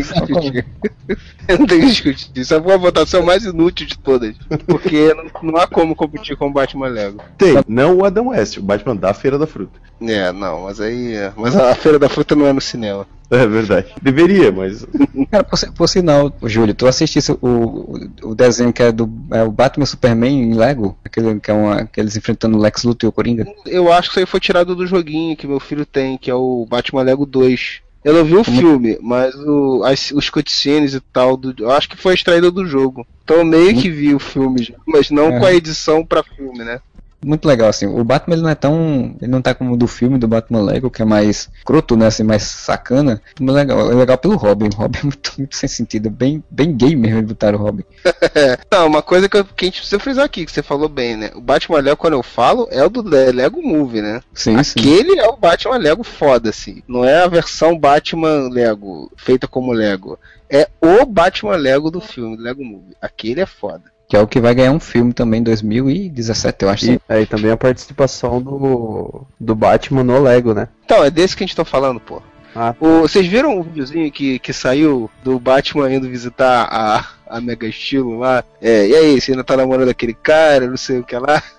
G: Não tem que discutir. Isso foi a votação mais inútil de todas. Porque não, não há como competir com o Batman Lego.
D: Tem, não o Adam West, o Batman da Feira da Fruta.
G: É, não, mas aí. Mas a Feira da Fruta não é no cinema.
D: É verdade. Deveria, mas.
C: Cara, por, por sinal, Júlio, tu assistisse o, o, o desenho que é do é o Batman e Superman em Lego? Aquele que é uma, aqueles enfrentando o Lex Luthor e o Coringa?
G: Eu acho que isso aí foi tirado do joguinho que meu filho tem, que é o Batman Lego dois. Eu não vi o Como... filme, mas o, as, os cutscenes e tal, do, eu acho que foi extraído do jogo. Então eu meio que vi o filme já, mas não é. com a edição pra filme, né?
C: Muito legal, assim, o Batman ele não é tão, ele não tá como do filme do Batman Lego, que é mais croto, né, assim, mais sacana, mas legal, é legal pelo Robin, o Robin é muito, muito sem sentido, bem, bem gay mesmo botar o Robin.
G: Não, uma coisa que, eu, que a gente precisa frisar aqui, que você falou bem, né, o Batman Lego, quando eu falo, é o do Lego Movie, né,
C: sim,
G: aquele
C: sim.
G: é o Batman Lego foda, assim, não é a versão Batman Lego, feita como Lego, é o Batman Lego do filme, do Lego Movie, aquele é foda.
C: Que é o que vai ganhar um filme também em dois mil e dezessete, eu acho.
F: E aí também a participação do, do Batman no Lego, né?
G: Então, é desse que a gente tá falando, pô.
F: Ah.
G: O, vocês viram o videozinho que, que saiu do Batman indo visitar a, a Mega Estilo lá? É, e aí, você ainda tá namorando aquele cara, não sei o que lá?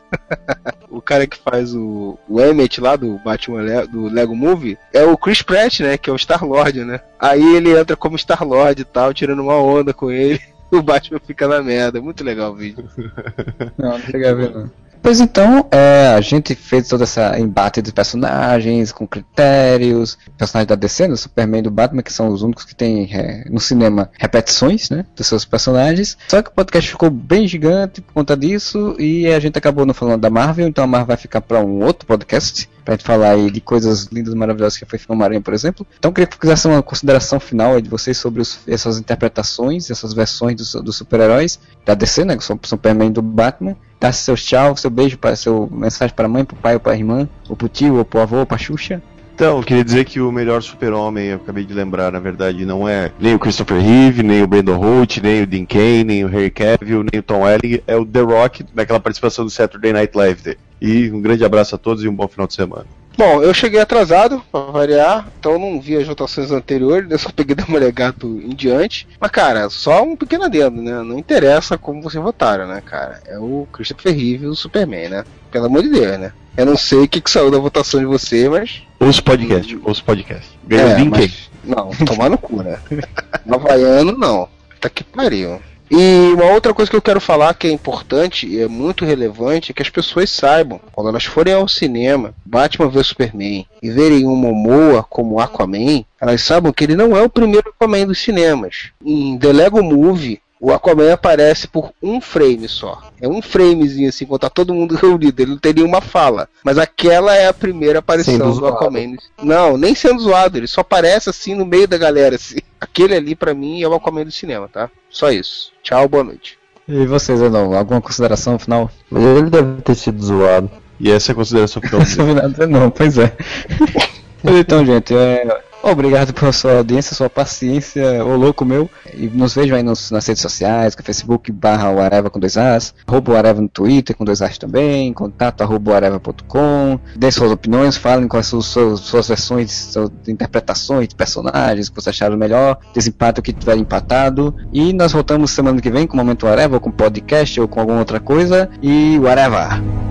G: O cara que faz o, o Emmett lá do Batman Le, do Lego Movie é o Chris Pratt, né? Que é o Star-Lord, né? Aí ele entra como Star-Lord e tal, tirando uma onda com ele. O Batman fica na merda, muito legal o vídeo.
C: Não, não cheguei a ver não. Pois então, é, a gente fez todo esse embate de personagens, com critérios, personagens da D C, do Superman e do Batman, que são os únicos que tem é, no cinema repetições, né, dos seus personagens. Só que o podcast ficou bem gigante por conta disso, e a gente acabou não falando da Marvel, então a Marvel vai ficar para um outro podcast, pra gente falar aí de coisas lindas e maravilhosas que foi Filmaranha, por exemplo. Então eu queria que fizesse uma consideração final aí de vocês sobre os, essas interpretações, essas versões dos, dos super-heróis da D C, né, que são o Superman e do Batman. Dá seu tchau, seu beijo, para seu mensagem para a mãe, para o pai ou para a irmã, ou para o tio, ou para o avô, ou para a Xuxa.
D: Então, eu queria dizer que o melhor super-homem, eu acabei de lembrar, na verdade, não é nem o Christopher Reeve, nem o Brandon Holt, nem o Dean Cain, nem o Henry Cavill, nem o Tom Welling, é o The Rock, naquela participação do Saturday Night Live. E um grande abraço a todos e um bom final de semana.
G: Bom, eu cheguei atrasado, pra variar, então não vi as votações anteriores, eu só peguei da Mulher Gato em diante. Mas, cara, só um pequeno adendo, né? Não interessa como vocês votaram, né, cara? É o Christopher Reeve e o Superman, né? Pelo amor de Deus, né? Eu não sei o que, que saiu da votação de você, mas...
D: Ouça o podcast, ouça o podcast. Ganhou
G: é, mas... Não, tomar no cu, né? Havaiano, não. Tá que pariu. E uma outra coisa que eu quero falar que é importante e é muito relevante é que as pessoas saibam, quando elas forem ao cinema, Batman vs Superman, e verem um Momoa como Aquaman, elas saibam que ele não é o primeiro Aquaman dos cinemas. Em The Lego Movie, o Aquaman aparece por um frame só. É um framezinho assim, quando tá todo mundo reunido. Ele não tem nenhuma fala. Mas aquela é a primeira aparição do Aquaman. Não, nem sendo zoado. Ele só aparece assim no meio da galera. Assim. Aquele ali pra mim é o Aquaman do cinema, tá? Só isso. Tchau, boa noite.
C: E vocês, Edão? Alguma consideração final?
F: Mas ele deve ter sido zoado.
D: E essa é a consideração final.
C: Não, pois é. Então, gente, é... obrigado pela sua audiência, sua paciência, ô louco meu. E nos vejam aí nos, nas redes sociais, que é Facebook barra Areva com dois As, arroba Areva no Twitter com dois As também, contato arroba areva ponto com. Deem suas opiniões, falem quais são as suas, suas versões, suas interpretações de personagens que vocês acharam melhor, desempate o que tiver empatado. E nós voltamos semana que vem com o Momento Areva, ou com podcast ou com alguma outra coisa. E Areva!